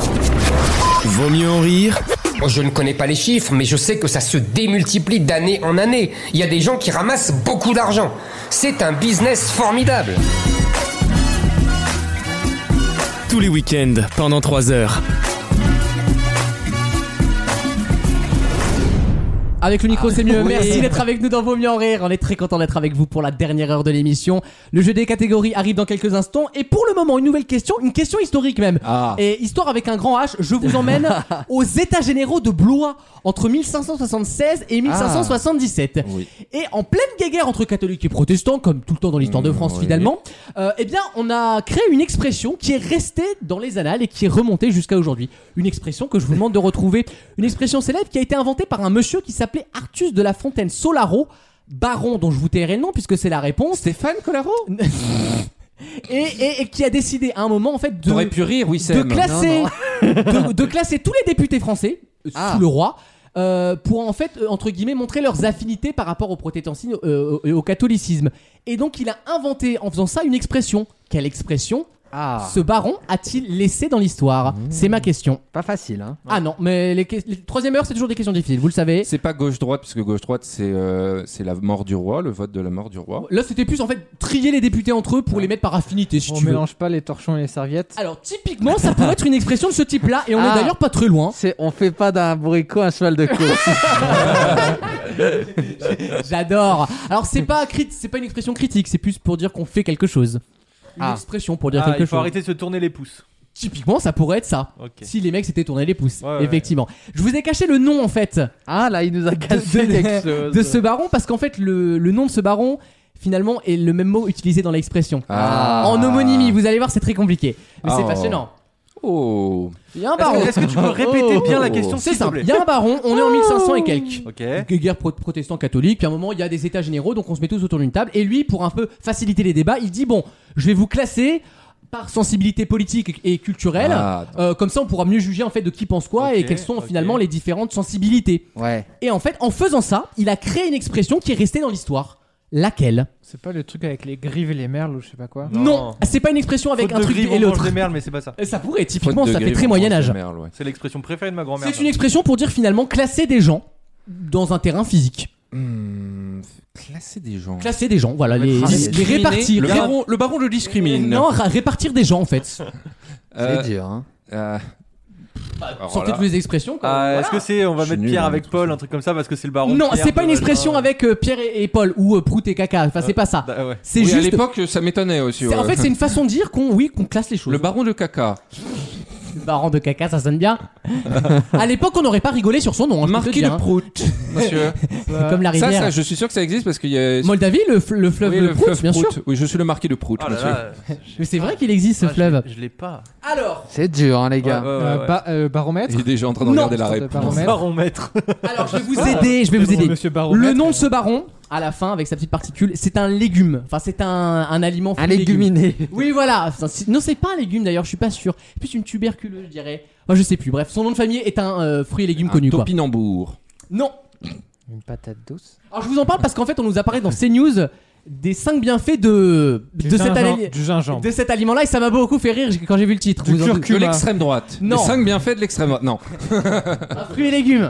Vaut mieux en rire Je ne connais pas les chiffres, mais je sais que ça se démultiplie d'année en année. Il y a des gens qui ramassent beaucoup d'argent. C'est un business formidable. tous les week-ends pendant trois heures. Avec le micro, c'est mieux. oui. Merci d'être avec nous dans Vaut mieux en rire. On est très content d'être avec vous pour la dernière heure de l'émission. Le jeu des catégories arrive dans quelques instants. Et pour le moment, une nouvelle question, une question historique même. Ah. Et histoire avec un grand H, je vous emmène aux États généraux de Blois entre mille cinq cent soixante-seize et mille cinq cent soixante-dix-sept. Oui. Et en pleine guéguerre entre catholiques et protestants, comme tout le temps dans l'histoire de France oui. finalement, euh, eh bien, on a créé une expression qui est restée dans les annales et qui est remontée jusqu'à aujourd'hui. Une expression que je vous demande de retrouver. Une expression célèbre qui a été inventée par un monsieur qui s'appelait Artus de la Fontaine Solaro, baron dont je vous tairai le nom puisque c'est la réponse. Stéphane Collaro et, et, et qui a décidé à un moment en fait de, T'aurais pu rire, de Wissem. classer, de, de classer tous les députés français euh, Ah. sous le roi. Euh, pour en fait euh, entre guillemets montrer leurs affinités par rapport au protestantisme euh, et au catholicisme. Et donc il a inventé en faisant ça une expression. Quelle expression Ah. ce baron a-t-il laissé dans l'histoire? C'est ma question. Pas facile, hein. Ah non, mais les, que- les troisième heure, c'est toujours des questions difficiles, vous le savez. C'est pas gauche-droite, parce que gauche-droite, c'est euh, c'est la mort du roi, le vote de la mort du roi. Là, c'était plus en fait trier les députés entre eux pour les mettre par affinité, si On tu veux. mélange pas les torchons et les serviettes. Alors, typiquement, ça pourrait être une expression de ce type-là, et on Ah. est d'ailleurs pas très loin. C'est, on fait pas d'un bourricot un cheval de course. J'adore. Alors, c'est pas, crit- c'est pas une expression critique, c'est plus pour dire qu'on fait quelque chose. Une Ah. expression pour dire Ah, quelque il faut chose. arrêter de se tourner les pouces. Typiquement, ça pourrait être ça. Ok. Si les mecs s'étaient tournés les pouces, Ouais, ouais. effectivement. Je vous ai caché le nom en fait Ah, là, il nous a cassé de, quelque chose. de ce baron parce qu'en fait le, le nom de ce baron finalement est le même mot utilisé dans l'expression. Ah. En homonymie, vous allez voir, c'est très compliqué. Mais c'est Oh. passionnant. Oh. Il y a un Est-ce baron. que, est-ce que tu peux répéter bien la question C'est s'il te simple. plaît Il y a un baron, on est en mille cinq cents et quelques. Ok. Guerre pro- protestant catholique, puis à un moment il y a des états généraux, donc on se met tous autour d'une table. Et lui, pour un peu faciliter les débats, il dit bon, je vais vous classer par sensibilité politique et culturelle. Ah, Euh, comme ça, on pourra mieux juger en fait de qui pense quoi Ok, et quelles sont ok. finalement les différentes sensibilités. Ouais. Et en fait, en faisant ça, il a créé une expression qui est restée dans l'histoire. Laquelle? C'est pas le truc avec les grives et les merles ou je sais pas quoi. Non. Non, c'est pas une expression avec Faute un de truc grive, et on l'autre. mange des merles, mais c'est pas ça. Et ça pourrait, Faute typiquement, de ça fait grive, très on Moyen mange Âge. de merle, ouais. C'est l'expression préférée de ma grand-mère. C'est une expression pour dire finalement classer des gens dans un terrain physique. Hmm, classer des gens. Classer des gens, voilà, les, Ah, les discriminer. répartir. Le baron, le baron le discrimine. Non, ra- répartir des gens en fait. Euh, C'est dur, hein. euh, alors Sortez là, tous les expressions. quoi. Ah, Voilà. est-ce que c'est on va Je suis mettre nul Pierre dans avec les Paul, trucs. un truc comme ça parce que c'est le baron Non, Pierre c'est pas de- une expression non. avec euh, Pierre et, et Paul ou euh, Prout et Caca. Enfin, c'est pas ça. Ah, ouais. C'est oui, à juste. l'époque, ça m'étonnait aussi. c'est- En ouais. fait, c'est une façon de dire qu'on, oui, qu'on classe les choses. Le baron de caca. Le baron de Caca, ça sonne bien. À l'époque, on n'aurait pas rigolé sur son nom. hein, je peux te Marquis dire, de hein. Prout, monsieur. Comme la Ça, rivière. ça, je suis sûr que ça existe parce qu'il y a. Moldavie, le, f- le fleuve Oui, de le Prout, fleuve bien sûr. Prout. Oui, je suis le marquis de Prout, Oh là monsieur. là. Mais c'est vrai qu'il existe ce Ah, je fleuve. l'ai- Je l'ai pas. Alors, C'est dur, hein, les Ouais, gars. ouais, Euh, ouais, ouais. ba- euh, baromètre. Il est déjà en train de Non. regarder la Sorte de réponse. baromètre. Baromètre. alors, je vais vous aider. Je vais vous Bonjour, aider. Monsieur Baromètre. Le nom de ce baron, à la fin, avec sa petite particule, c'est un légume. Enfin, c'est un, un aliment. Un fruit légume. léguminé. Oui, voilà. Enfin, c'est- non, c'est pas un légume d'ailleurs. Je suis pas sûr. Plus une tuberculeuse, je dirais. Enfin, je sais plus. Bref, son nom de famille est un euh, fruit et légume Un connu. Quoi. topinambour. Non. Une patate douce. Alors, je vous en parle parce qu'en fait, on nous apparaît dans CNews des cinq bienfaits de Du de cet, gingembre- ali- Du gingembre. de cet aliment-là et ça m'a beaucoup fait rire quand j'ai vu le titre. Du Vous en doutez. De curcuma. l'extrême droite. Non. Les cinq bienfaits de l'extrême droite. Non. Un fruit et légume.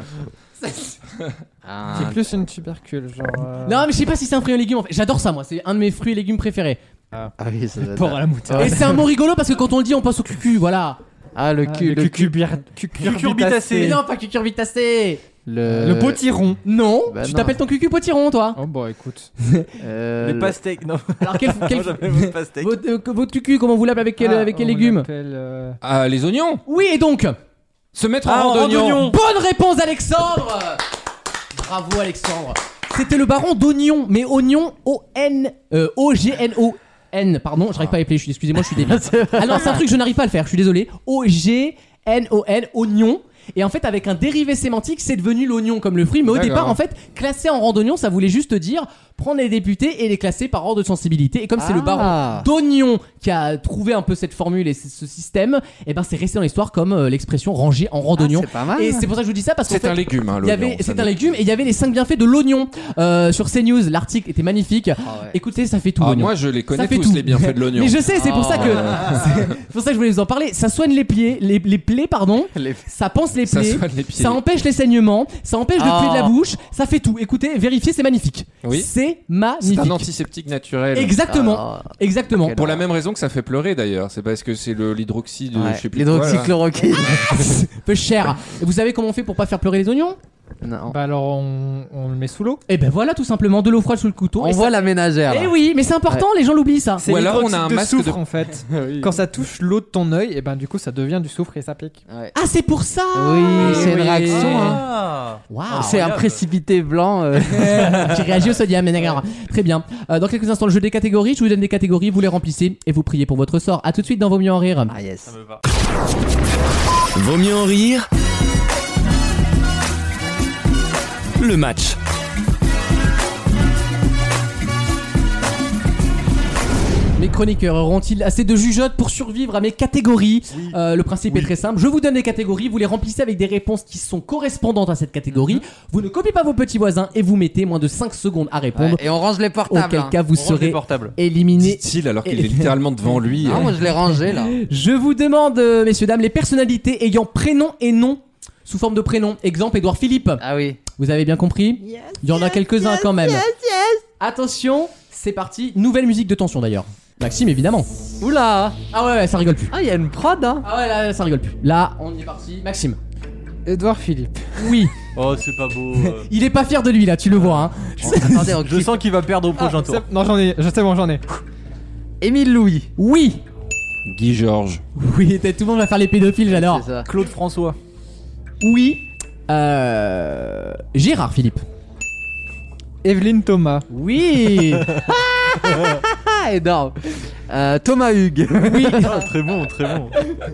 Ah, C'est plus une tubercule, genre. euh, Non, mais je sais pas si c'est un fruit et légume. En fait. J'adore ça, moi. C'est un de mes fruits et légumes préférés. ah oui, ça doit être- Porc à la moutarde. Et c'est un mot rigolo parce que quand on le dit, on pense au cucu. Voilà. Ah, le Ah, cul, le le cul. cucurbir- Mais Cucurbitacé. non, pas cucurbitacé. Le, Le potiron. Non. Bah tu non. t'appelles ton cucu potiron, toi. Oh bah écoute. Euh, Les le- pastèques. Non. Alors, quel, quel... Moi, j'appelle votre pastèque. votre, euh, votre cucu, comment vous l'appelez avec quel, Ah, avec quel on légume l'appelle, euh, Ah, les oignons. Oui, et donc. Se mettre Ah, en en randonnion. randonnion. Bonne réponse, Alexandre. Bravo, Alexandre. C'était le baron d'oignon, mais oignon O N euh, O G N O N. Pardon, j'arrive pas à appeler. Excusez-moi, je suis débile. Ah non, c'est un truc je n'arrive pas à le faire. Je suis désolé. O G N O N, oignon. Et en fait, avec un dérivé sémantique, c'est devenu l'oignon comme le fruit. Mais au D'accord. départ, en fait, classer en randonnion, ça voulait juste dire prendre les députés et les classer par ordre de sensibilité. Et comme c'est le baron Ah. d'oignon qui a trouvé un peu cette formule et ce ce système, et ben c'est resté dans l'histoire comme euh, l'expression rangée en Ah, randonnion. c'est pas mal. Et c'est pour ça que je vous dis ça parce qu'en C'est fait, un légume, hein, il y avait, l'oignon, ça c'est un ne- légume et il y avait les cinq bienfaits de l'oignon euh, sur CNews. L'article était magnifique. Ah ouais. Écoutez, ça fait tout. Ah, l'oignon. moi, je les Ça connais fait tous, tout. les bienfaits de l'oignon. Mais je sais, c'est pour ça que Ah. c'est pour ça que je voulais vous en parler. Ça soigne les plaies, les, les plaies, pardon. Les- Ça pense les Ça plaies. soigne les pieds. Ça empêche les saignements. Ça empêche de Ah. puer de la bouche. Ça fait tout. Écoutez, vérifiez, c'est magnifique. Oui. C'est C'est magnifique. un antiseptique naturel. Exactement. Ah. Exactement. Ok, Pour la même raison que ça fait pleurer d'ailleurs, c'est parce que c'est le l'hydroxy de Ouais. je sais plus quoi, là. L'hydroxychloroquine. Peu cher. Et vous savez comment on fait pour pas faire pleurer les oignons? Non. Bah alors on, on le met sous l'eau. Et ben voilà, tout simplement de l'eau froide sous le couteau. On et voit ça- la ménagère. Eh là. oui, mais c'est important, les gens l'oublient ça. C'est Ou alors, on a l'hydroxyde un de masque de- soufre en fait. Quand ça touche l'eau de ton œil, et ben du coup ça devient du soufre et ça pique. Ouais. Ah, c'est pour ça. Oui, c'est une Oui. réaction. Hein. Ah. Waouh. C'est un incroyable. précipité blanc. euh. Qui réagit au sodium. mais d'accord. Très bien. Euh, dans quelques instants, le jeu des catégories. Je vous donne des catégories, vous les remplissez et vous priez pour votre sort. À tout de suite dans Vaut mieux en rire. Ah yes. Ça me va. Vaut mieux en rire. Le match. Mes chroniqueurs auront-ils assez de jugeote pour survivre à mes catégories? Oui. Euh, Le principe Oui. est très simple. Je vous donne des catégories, vous les remplissez avec des réponses qui sont correspondantes à cette catégorie. Mm-hmm. Vous ne copiez pas vos petits voisins et vous mettez moins de cinq secondes à répondre. Ouais, et on range les portables. Auquel hein. cas vous On range les serez portables. éliminé. Dit-il alors qu'il est littéralement devant lui. Ah, moi je l'ai rangé là. Je vous demande, euh, messieurs, dames, les personnalités ayant prénom et nom sous forme de prénom. Exemple, Édouard Philippe. Ah oui. Vous avez bien compris? Il y en a quelques-uns quand même. Attention, c'est parti. Nouvelle musique de tension d'ailleurs. Maxime, évidemment. Oula. Ah ouais, ouais, ça rigole plus. Ah, il y a une prod hein. Ah ouais, là, là, ça rigole plus. Là, on est parti. Maxime. Édouard Philippe. Oui. Oh, c'est pas beau. euh. Il est pas fier de lui là, tu le vois. Hein. Attendez, on Je sens qu'il va perdre au prochain Ah, tour. c'est- Non, j'en ai. Je sais bon, j'en ai. Émile Louis. Oui. Guy Georges. Oui, tout le monde va faire les pédophiles, j'adore. C'est ça. Claude François. Oui. Euh... Gérard Philippe. Evelyne Thomas. Oui. Ah, énorme. Euh, Thomas Hugues. Oui. Ah, très bon, très bon.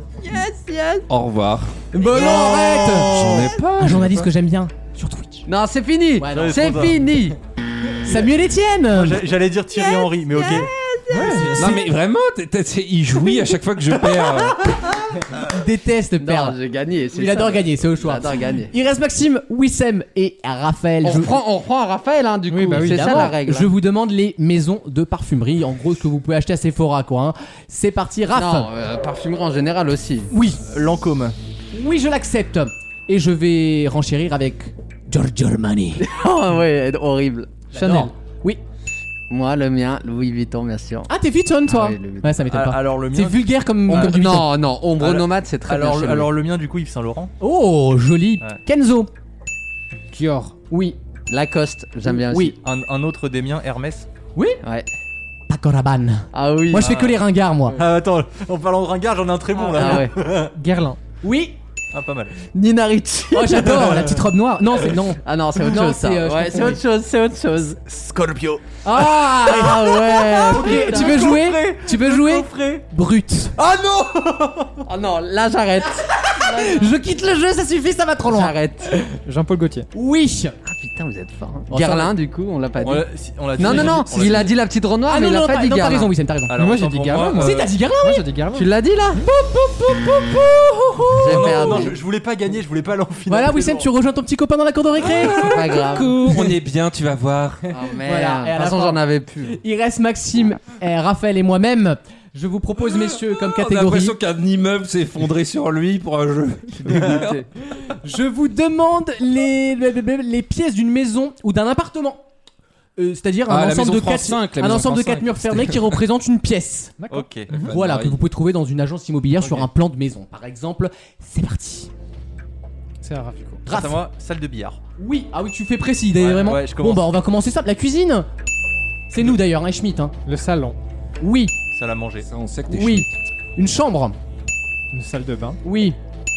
Au revoir. Bon, non, arrête. J'en ai pas. Un journaliste que j'aime bien sur Twitch. Non, c'est fini. Ouais, non, c'est trop tard. fini. Samuel Etienne. J'a- J'allais dire Thierry Henry, mais ok. Non mais vraiment, t'es- t'es- c'est- il jouit à chaque fois que je perds. Il déteste Non, perdre. j'ai gagné. c'est Il ça. adore gagner, c'est au choix. J'adore gagner. Il reste Maxime, Wissem et Raphaël. On Je- reprend, on reprend à Raphaël, hein, du coup. Oui, bah oui, c'est ça Évidemment, la règle. Je vous demande les maisons de parfumerie, en gros ce que vous pouvez acheter à Sephora, quoi. Hein. C'est parti, Raph. Non, euh, parfumerie en général aussi. Oui, Lancôme. oui, je l'accepte. Et je vais renchérir avec Giorgio Armani. Oh ouais, horrible. Chanel. Oui. Moi, le mien, Louis Vuitton, bien sûr. Ah, t'es Vuitton, toi. Ah oui, le Vuitton. Ouais, ça m'étonne Ah, pas. Alors le C'est mien. vulgaire comme, Ombre- comme du Vuitton. non, non, Ombre Alors- Nomade, c'est très Alors, bien. le- chez alors le mien, du coup, Yves Saint Laurent. Oh, joli. Ouais. Kenzo. Dior. Oui. nous. Lacoste, j'aime bien aussi. Oui. Un, un autre des miens, Hermès. Oui. Ouais. Paco Rabanne. Ah oui. Moi, je fais que les ringards, moi. Ah, attends, en parlant de ringard, j'en ai un très bon là. Ah ouais. Guerlain. Oui. Ah, pas mal. Nina Ricci. Oh, j'adore la petite robe noire. Non, c'est non. Ah non, c'est autre Non, chose ça. c'est, euh, je ouais, confonds, c'est oui. autre chose, c'est autre chose. Scorpio. Ah. Ah ouais. Ok, tu veux jouer? Tu veux jouer? Coffret. Brut. Ah non. Oh non, là j'arrête. Je quitte le jeu, ça suffit, ça va trop loin. J'arrête. Jean-Paul Gaultier. Oui. Ah putain, vous êtes fort. hein. Bon, Guerlain, du coup, on l'a pas dit. On l'a si- on l'a dit. Non, non, non, on l'a il dit. a dit la petite robe noire, Ah mais non, il a non, pas pas- dit non, t'as Guerlain. raison, Wissem, t'as raison. Alors, Moi, j'ai autant dit pour Guerlain, moi, moi. Si, euh, t'as dit Guerlain, Moi j'ai dit Guerlain. Tu l'as dit là J'ai perdu. Non, perdu. non, je, je voulais pas gagner, je voulais pas aller en finale. Voilà, Wissem, tu rejoins ton petit copain dans la cour de récré. C'est pas grave. Coucou, on est bien, tu vas voir. Oh merde. Voilà, et à De la toute façon, fin- j'en avais plus. Il reste Maxime, eh, Raphaël et moi-même. Je vous propose, messieurs, comme On a catégorie. l'impression qu'un immeuble s'est effondré sur lui pour un jeu. Je vous demande les, les pièces d'une maison ou d'un appartement. Euh, C'est-à-dire un Ah, la ensemble maison de France quatre, cinq, la un maison ensemble de France quatre cinq. murs fermés qui représentent une pièce. Ok. Voilà, Marie. que vous pouvez trouver dans une agence immobilière sur Ok. un plan de maison. Par exemple, c'est parti. C'est un Rafico. Raph. Grâce à moi, salle de billard. Oui, ah oui, tu fais précis, d'ailleurs, Ouais, vraiment. ouais, je bon, commence. bah, on va commencer ça. La cuisine. C'est nous d'ailleurs, hein, Schmitt. Hein. Le salon. Oui, Salle à manger. Ça, on sait que t'es oui. Une chambre. Une salle de bain. Oui,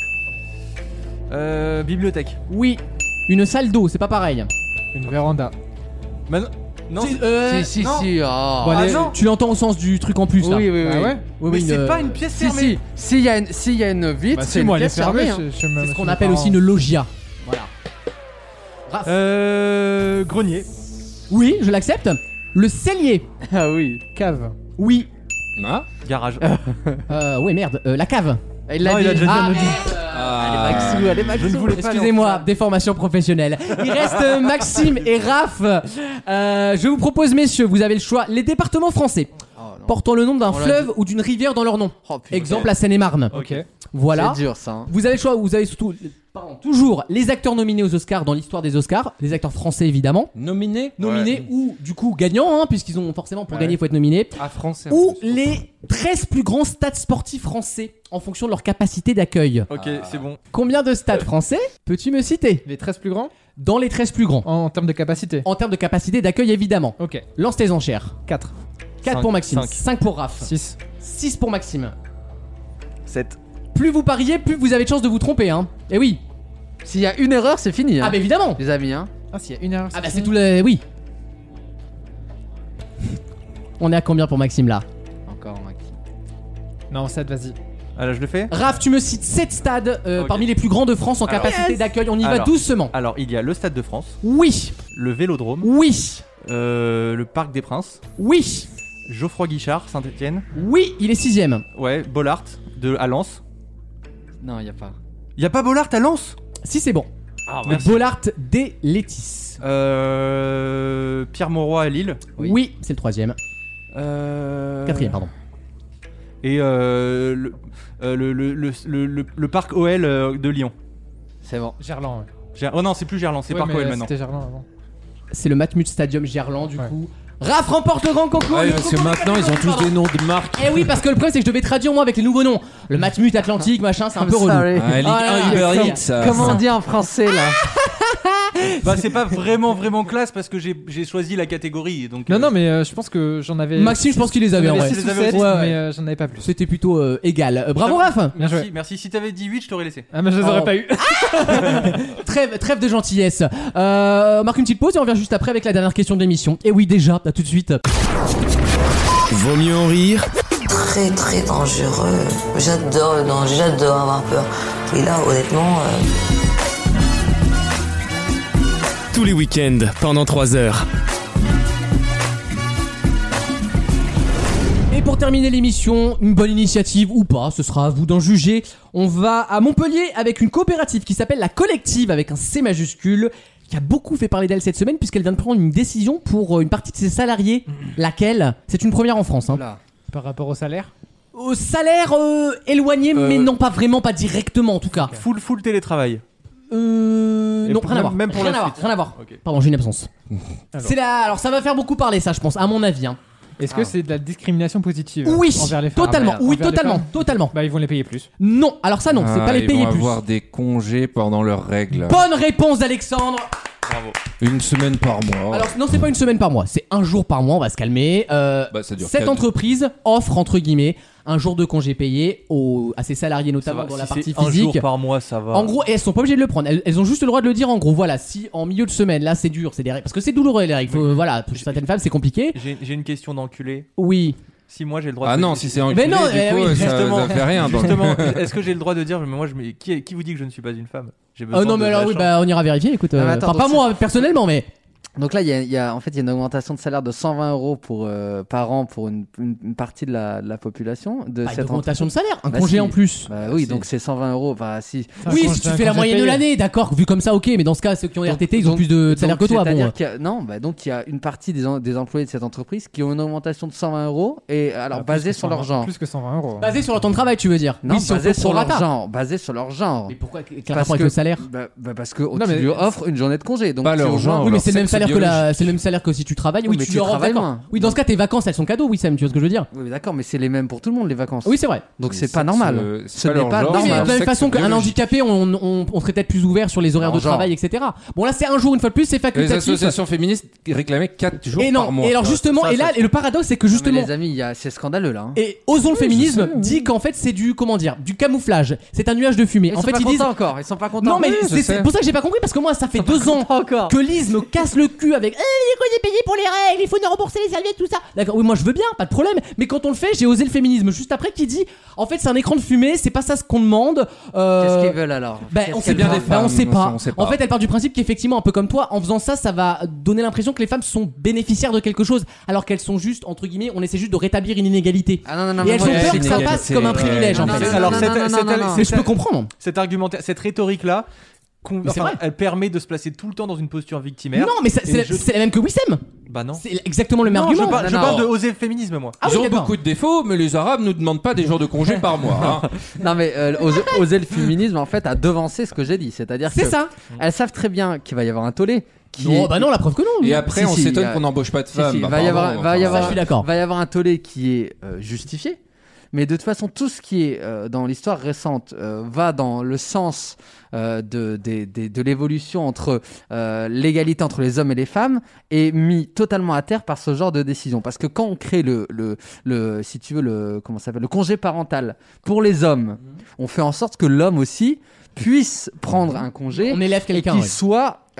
Euh, bibliothèque. oui. Une salle d'eau, c'est pas pareil. Une véranda. Mais non, non, Si, c'est- euh, Si, si, non. si. Oh. Bon, allez. Ah non. Tu l'entends au sens du truc en plus là. Oui, oui, oui. Ah ouais Oui, mais oui, c'est une- pas une pièce Si, fermée. si. S'il y, a une- s'il y a une vitre, Bah c'est si, une moi elle est pièce fermée. fermée. hein. chez- chez ma- C'est ce chez qu'on mes appelle parents. aussi une loggia. Voilà. Raph. Euh, grenier. Oui, je l'accepte. Le cellier. Ah oui. Cave. Oui. Ah Garage. Euh, oui, merde. Euh, la cave. Il Non, l'a il a dit. déjà dit. Ah, on a dit. Allez, Maxou, allez, Maxou. Je ne voulais pas. aller en excusez-moi, finale. déformation professionnelle. Il reste euh, Maxime et Raph. Euh, je vous propose, messieurs, vous avez le choix. Les départements français Oh, non. portant le nom d'un On l'a fleuve ou d'une rivière dans leur nom. Oh, putain. Exemple, la Seine-et-Marne. Ok. Voilà. C'est dur ça. hein. Vous avez le choix, vous avez surtout, pardon, toujours les acteurs nominés aux Oscars dans l'histoire des Oscars, les acteurs français évidemment, Nominé nominés ou du coup gagnants, hein, puisqu'ils ont forcément pour Ouais. gagner, il faut être nominé, à français. ou les treize plus grands stades sportifs français en fonction de leur capacité d'accueil. Ok, c'est bon. Combien de stades français peux-tu me citer Les treize plus grands dans les treize plus grands en termes de capacité. en termes de capacité d'accueil évidemment? Ok. Lance tes enchères. quatre. quatre Cinq. pour Maxime, Cinq. cinq pour Raph, six. six pour Maxime. sept. Plus vous pariez, plus vous avez de chances de vous tromper, hein. Eh oui. S'il y a une erreur, c'est fini. hein. Ah bah évidemment. Les amis, hein. Ah, s'il y a une erreur. Ah bah c'est tout le... Oui. On est à combien pour Maxime là? Encore, Maxime. Non, sept, vas-y. Ah là, je le fais. Raph, tu me cites sept stades euh, Ok. parmi les plus grands de France en Alors. capacité d'accueil. On y va Alors. doucement. Alors, il y a le Stade de France, Oui, le Vélodrome, oui, euh, le Parc des Princes, oui, Geoffroy Guichard, Saint-Etienne. Oui, il est sixième. Ouais, Bollard de à Lens. Non, il y a pas. Y a pas Bollard à Lens? Si, c'est bon. Ah, Bollard des Létis. Euh, Pierre Mauroy à Lille. Oui, oui c'est le troisième. Euh... Quatrième, pardon. Et euh, le, euh, le, le, le, le, le, le parc O L de Lyon. C'est bon. Gerland. Ouais. Ger- oh non, c'est plus Gerland, c'est Ouais, parc O L maintenant. C'était Gerland avant. C'est le Matmut Stadium Gerland, du Ouais. coup. Raph remporte le grand concours. Ouais, le parce que concours maintenant ils ont tous Pardon. des noms de marques. Eh oui, parce que le problème c'est que je devais traduire moi avec les nouveaux noms. Le Matmut Atlantique, machin, c'est un I'm peu relou. sorry. Ah, Ligue Ah, un là, Uber là, Eats, ça. Comment on dit en français là? Bah c'est pas vraiment vraiment classe parce que j'ai, j'ai choisi la catégorie donc. Non, euh, non, mais euh, je pense que j'en avais. Maxime, je pense qu'il les avait J'en en avais vrai. six ou Les avait sept, aussi. Ouais, ouais. mais euh, j'en avais pas plus. C'était plutôt euh, égal. Euh, bravo Raph. Bien Merci, joué. merci. Si t'avais dit huit, je t'aurais laissé. Ah, mais je les aurais Oh. pas eu. Trêve, trêve de gentillesse. Euh, on marque une petite pause et on revient juste après avec la dernière question de l'émission. Et oui, déjà, à tout de suite. Vaut mieux en rire Très très dangereux. J'adore le danger, j'adore avoir peur. Et là, honnêtement, euh, tous les week-ends pendant trois heures. Et pour terminer l'émission, une bonne initiative ou pas, ce sera à vous d'en juger. On va à Montpellier avec une coopérative qui s'appelle La Collective avec un C majuscule, qui a beaucoup fait parler d'elle cette semaine puisqu'elle vient de prendre une décision pour une partie de ses salariés. Laquelle? C'est une première en France. Hein. Là. Par rapport au salaire. Au salaire euh, éloigné, Euh, mais non pas vraiment, pas directement en tout cas. Full full télétravail. Euh, Et non, pour- rien à même- voir. même pour rien la à voir, suite. rien à voir. Ok. Pardon, j'ai une absence. Alors. C'est là, alors ça va faire beaucoup parler ça, je pense, à mon avis. Hein. Est-ce que c'est de la discrimination positive Oui, envers les femmes? totalement. Envers Oui, les totalement, femmes totalement. Bah, ils vont les payer plus. Non, alors ça non, c'est Ah, pas les ils payer vont plus. avoir des congés pendant leurs règles. Bonne réponse d'Alexandre. Bravo. Une semaine par mois. Alors non, c'est pas une semaine par mois, c'est un jour par mois, on va se calmer. Euh, Bah, ça dure cette quatre- entreprise offre entre guillemets un jour de congé payé aux, à ses salariés, Ça notamment va, dans si la partie c'est un physique. jour par mois, ça va. En gros, et elles sont pas obligées de le prendre. Elles, elles ont juste le droit de le dire. En gros, voilà, si en milieu de semaine, là, c'est dur, c'est des règles, parce que c'est douloureux les règles. Faut, voilà, pour certaines femmes, c'est compliqué. J'ai, j'ai une question d'enculé. Oui. Si moi j'ai le droit. Ah de non, si c'est enculé, Mais non, du eh coup, oui, ça, justement. ça fait rien. donc. Justement, est-ce que j'ai le droit de dire, mais moi, je, mais qui, qui vous dit que je ne suis pas une femme? J'ai besoin Oh non, de mais alors la oui, chance. bah on ira vérifier. Écoute, Ah, mais euh, attends, enfin pas donc moi personnellement, mais Donc là, il y a, il y a- en fait, il y a une augmentation de salaire de cent vingt euros pour, euh, par an pour une, une, une partie de la, de la population. De pas une cette augmentation de entreprise. salaire, un Bah congé si. en plus. Bah oui, Si. donc c'est cent vingt euros. Bah si. Un Oui, congé- si tu un fais la congé moyenne de payé. l'année, d'accord, vu comme ça, ok, mais dans ce cas, ceux qui ont Donc- R T T, ils ont donc- plus de salaire que donc, toi. C'est-à-dire Bon. qu'il y a, non, bah donc il y a une partie des, en- des employés de cette entreprise qui ont une augmentation de cent vingt euros et alors Ah, plus basée que sur cent vingt leur genre. Plus que cent vingt euros. Basé sur leur temps de travail, tu veux dire? Non, Oui, si on basée fait sur leur prorata. genre. Basée sur leur genre. Mais pourquoi quel Parce rapport avec que- le salaire? Bah, bah parce que Non, tu mais- lui offres une journée de congé. Donc Pas tu leur au genre. moins- Oui, mais leur c'est le même sexe salaire que la, biologique. c'est le même salaire que si tu travailles. Oui, Oui, mais tu tu leur offres, travailles d'accord. moins. Oui, dans ce cas, tes vacances, elles sont cadeaux, Wissem, tu vois ce que je veux dire? Oui, d'accord, mais c'est les mêmes pour tout le monde les vacances. Oui, c'est vrai. Donc Mais c'est pas sexe, normal. euh, Ce c'est pas n'est leur pas genre, Oui, mais normal. de la même sexe façon qu'un biologique. handicapé, on, on, on serait peut-être plus ouvert sur les horaires Leur de genre. travail, et cetera. Bon, là, c'est un jour, une fois de plus, c'est Les facultatif. associations féministes réclamaient quatre jours Et par non, mois. et alors Ça, justement, ça, et là, ça- et le paradoxe, c'est que Non, mais justement. les amis, il y a- c'est scandaleux là. hein. Et Osons le féminisme je sais, oui. dit qu'en fait c'est du comment dire du camouflage. C'est un nuage de fumée. Ils en sont fait pas ils disent contents encore. Ils sont pas contents. non mais Oui, je c'est- c'est sais. pour ça que j'ai pas compris parce que moi ça fait Ils sont deux pas ans contents encore. que Lise me casse le cul avec eh, les quoi j'ai payé pour les règles, il faut nous rembourser les serviettes tout ça. D'accord, oui moi je veux bien, pas de problème. Mais quand on le fait, j'ai osé le féminisme juste après qui dit en fait c'est un écran de fumée, c'est pas ça ce qu'on demande. Euh, Qu'est-ce qu'ils veulent alors Ben, Qu'est-ce on sait qu'elles bien veulent des femmes, on sait on pas. sait- on sait pas. En fait, elle part du principe qu'effectivement, un peu comme toi, en faisant ça, ça va donner l'impression que les femmes sont bénéficiaires de quelque chose, alors qu'elles sont juste entre guillemets, on essaie juste de rétablir une inégalité. Ah non non non. Et mais elles moi, ont j'ai- peur c'est que une ça égalité. passe comme un privilège Non, en non, fait. non, Alors, non, cette- non, non, cette- non, non. Mais je peux comprendre. Cet argumentaire, cette rhétorique-là, con- Mais c'est enfin, vrai. elle permet de se placer tout le temps dans une posture victimaire. Non, mais ça- c'est Et la, je- c'est la même que Wissem. Bah non. C'est exactement le même Non, argument. je, par- je Non, parle non. de oser le féminisme, moi. Ah Ils oui, ont d'accord. beaucoup de défauts, mais les Arabes nous demandent pas des jours de congé par mois. hein. Non mais euh, oser, oser le féminisme en fait a devancé ce que j'ai dit, c'est-à-dire C'est que ça. elles savent très bien qu'il va y avoir un tollé. Qui Non, est- bah non, la preuve que non. Et après, Si, on si, s'étonne euh, qu'on n'embauche pas de Si, femmes. si, Bah, va y avoir, pardon, va y enfin, avoir, Ça, je suis d'accord. va y avoir un tollé qui est euh, justifié. Mais de toute façon, tout ce qui est euh, dans l'histoire récente euh, va dans le sens euh, de, des- des- de l'évolution entre euh, l'égalité entre les hommes et les femmes est mis totalement à terre par ce genre de décision. Parce que quand on crée le, le, le si tu veux, le, comment ça s'appelle, le congé parental pour les hommes, on fait en sorte que l'homme aussi puisse prendre un congé On élève et quelqu'un. qu'il ouais. soit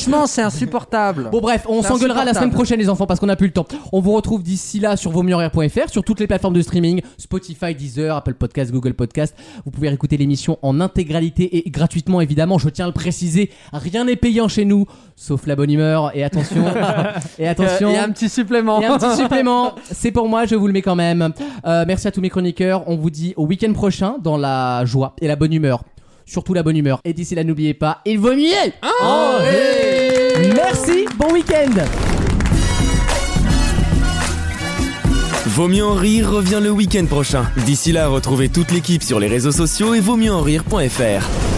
Franchement, c'est insupportable. Bon bref, on C'est s'engueulera la insupportable. semaine prochaine les enfants parce qu'on n'a plus le temps. On vous retrouve d'ici là sur vaut mieux en rire point f r, sur toutes les plateformes de streaming, Spotify, Deezer, Apple Podcast, Google Podcast. Vous pouvez écouter l'émission en intégralité et gratuitement évidemment, je tiens à le préciser, rien n'est payant chez nous sauf la bonne humeur et attention et attention Et un petit supplément. et un petit supplément, c'est pour moi, je vous le mets quand même. Euh, merci à tous mes chroniqueurs, on vous dit au week-end prochain dans la joie et la bonne humeur. surtout la bonne humeur. Et d'ici là, n'oubliez pas, il vaut mieux. Oh, hey. Merci, bon week-end. Vaut mieux en rire revient le week-end prochain. D'ici là, retrouvez toute l'équipe sur les réseaux sociaux et vaut mieux en rire point f r.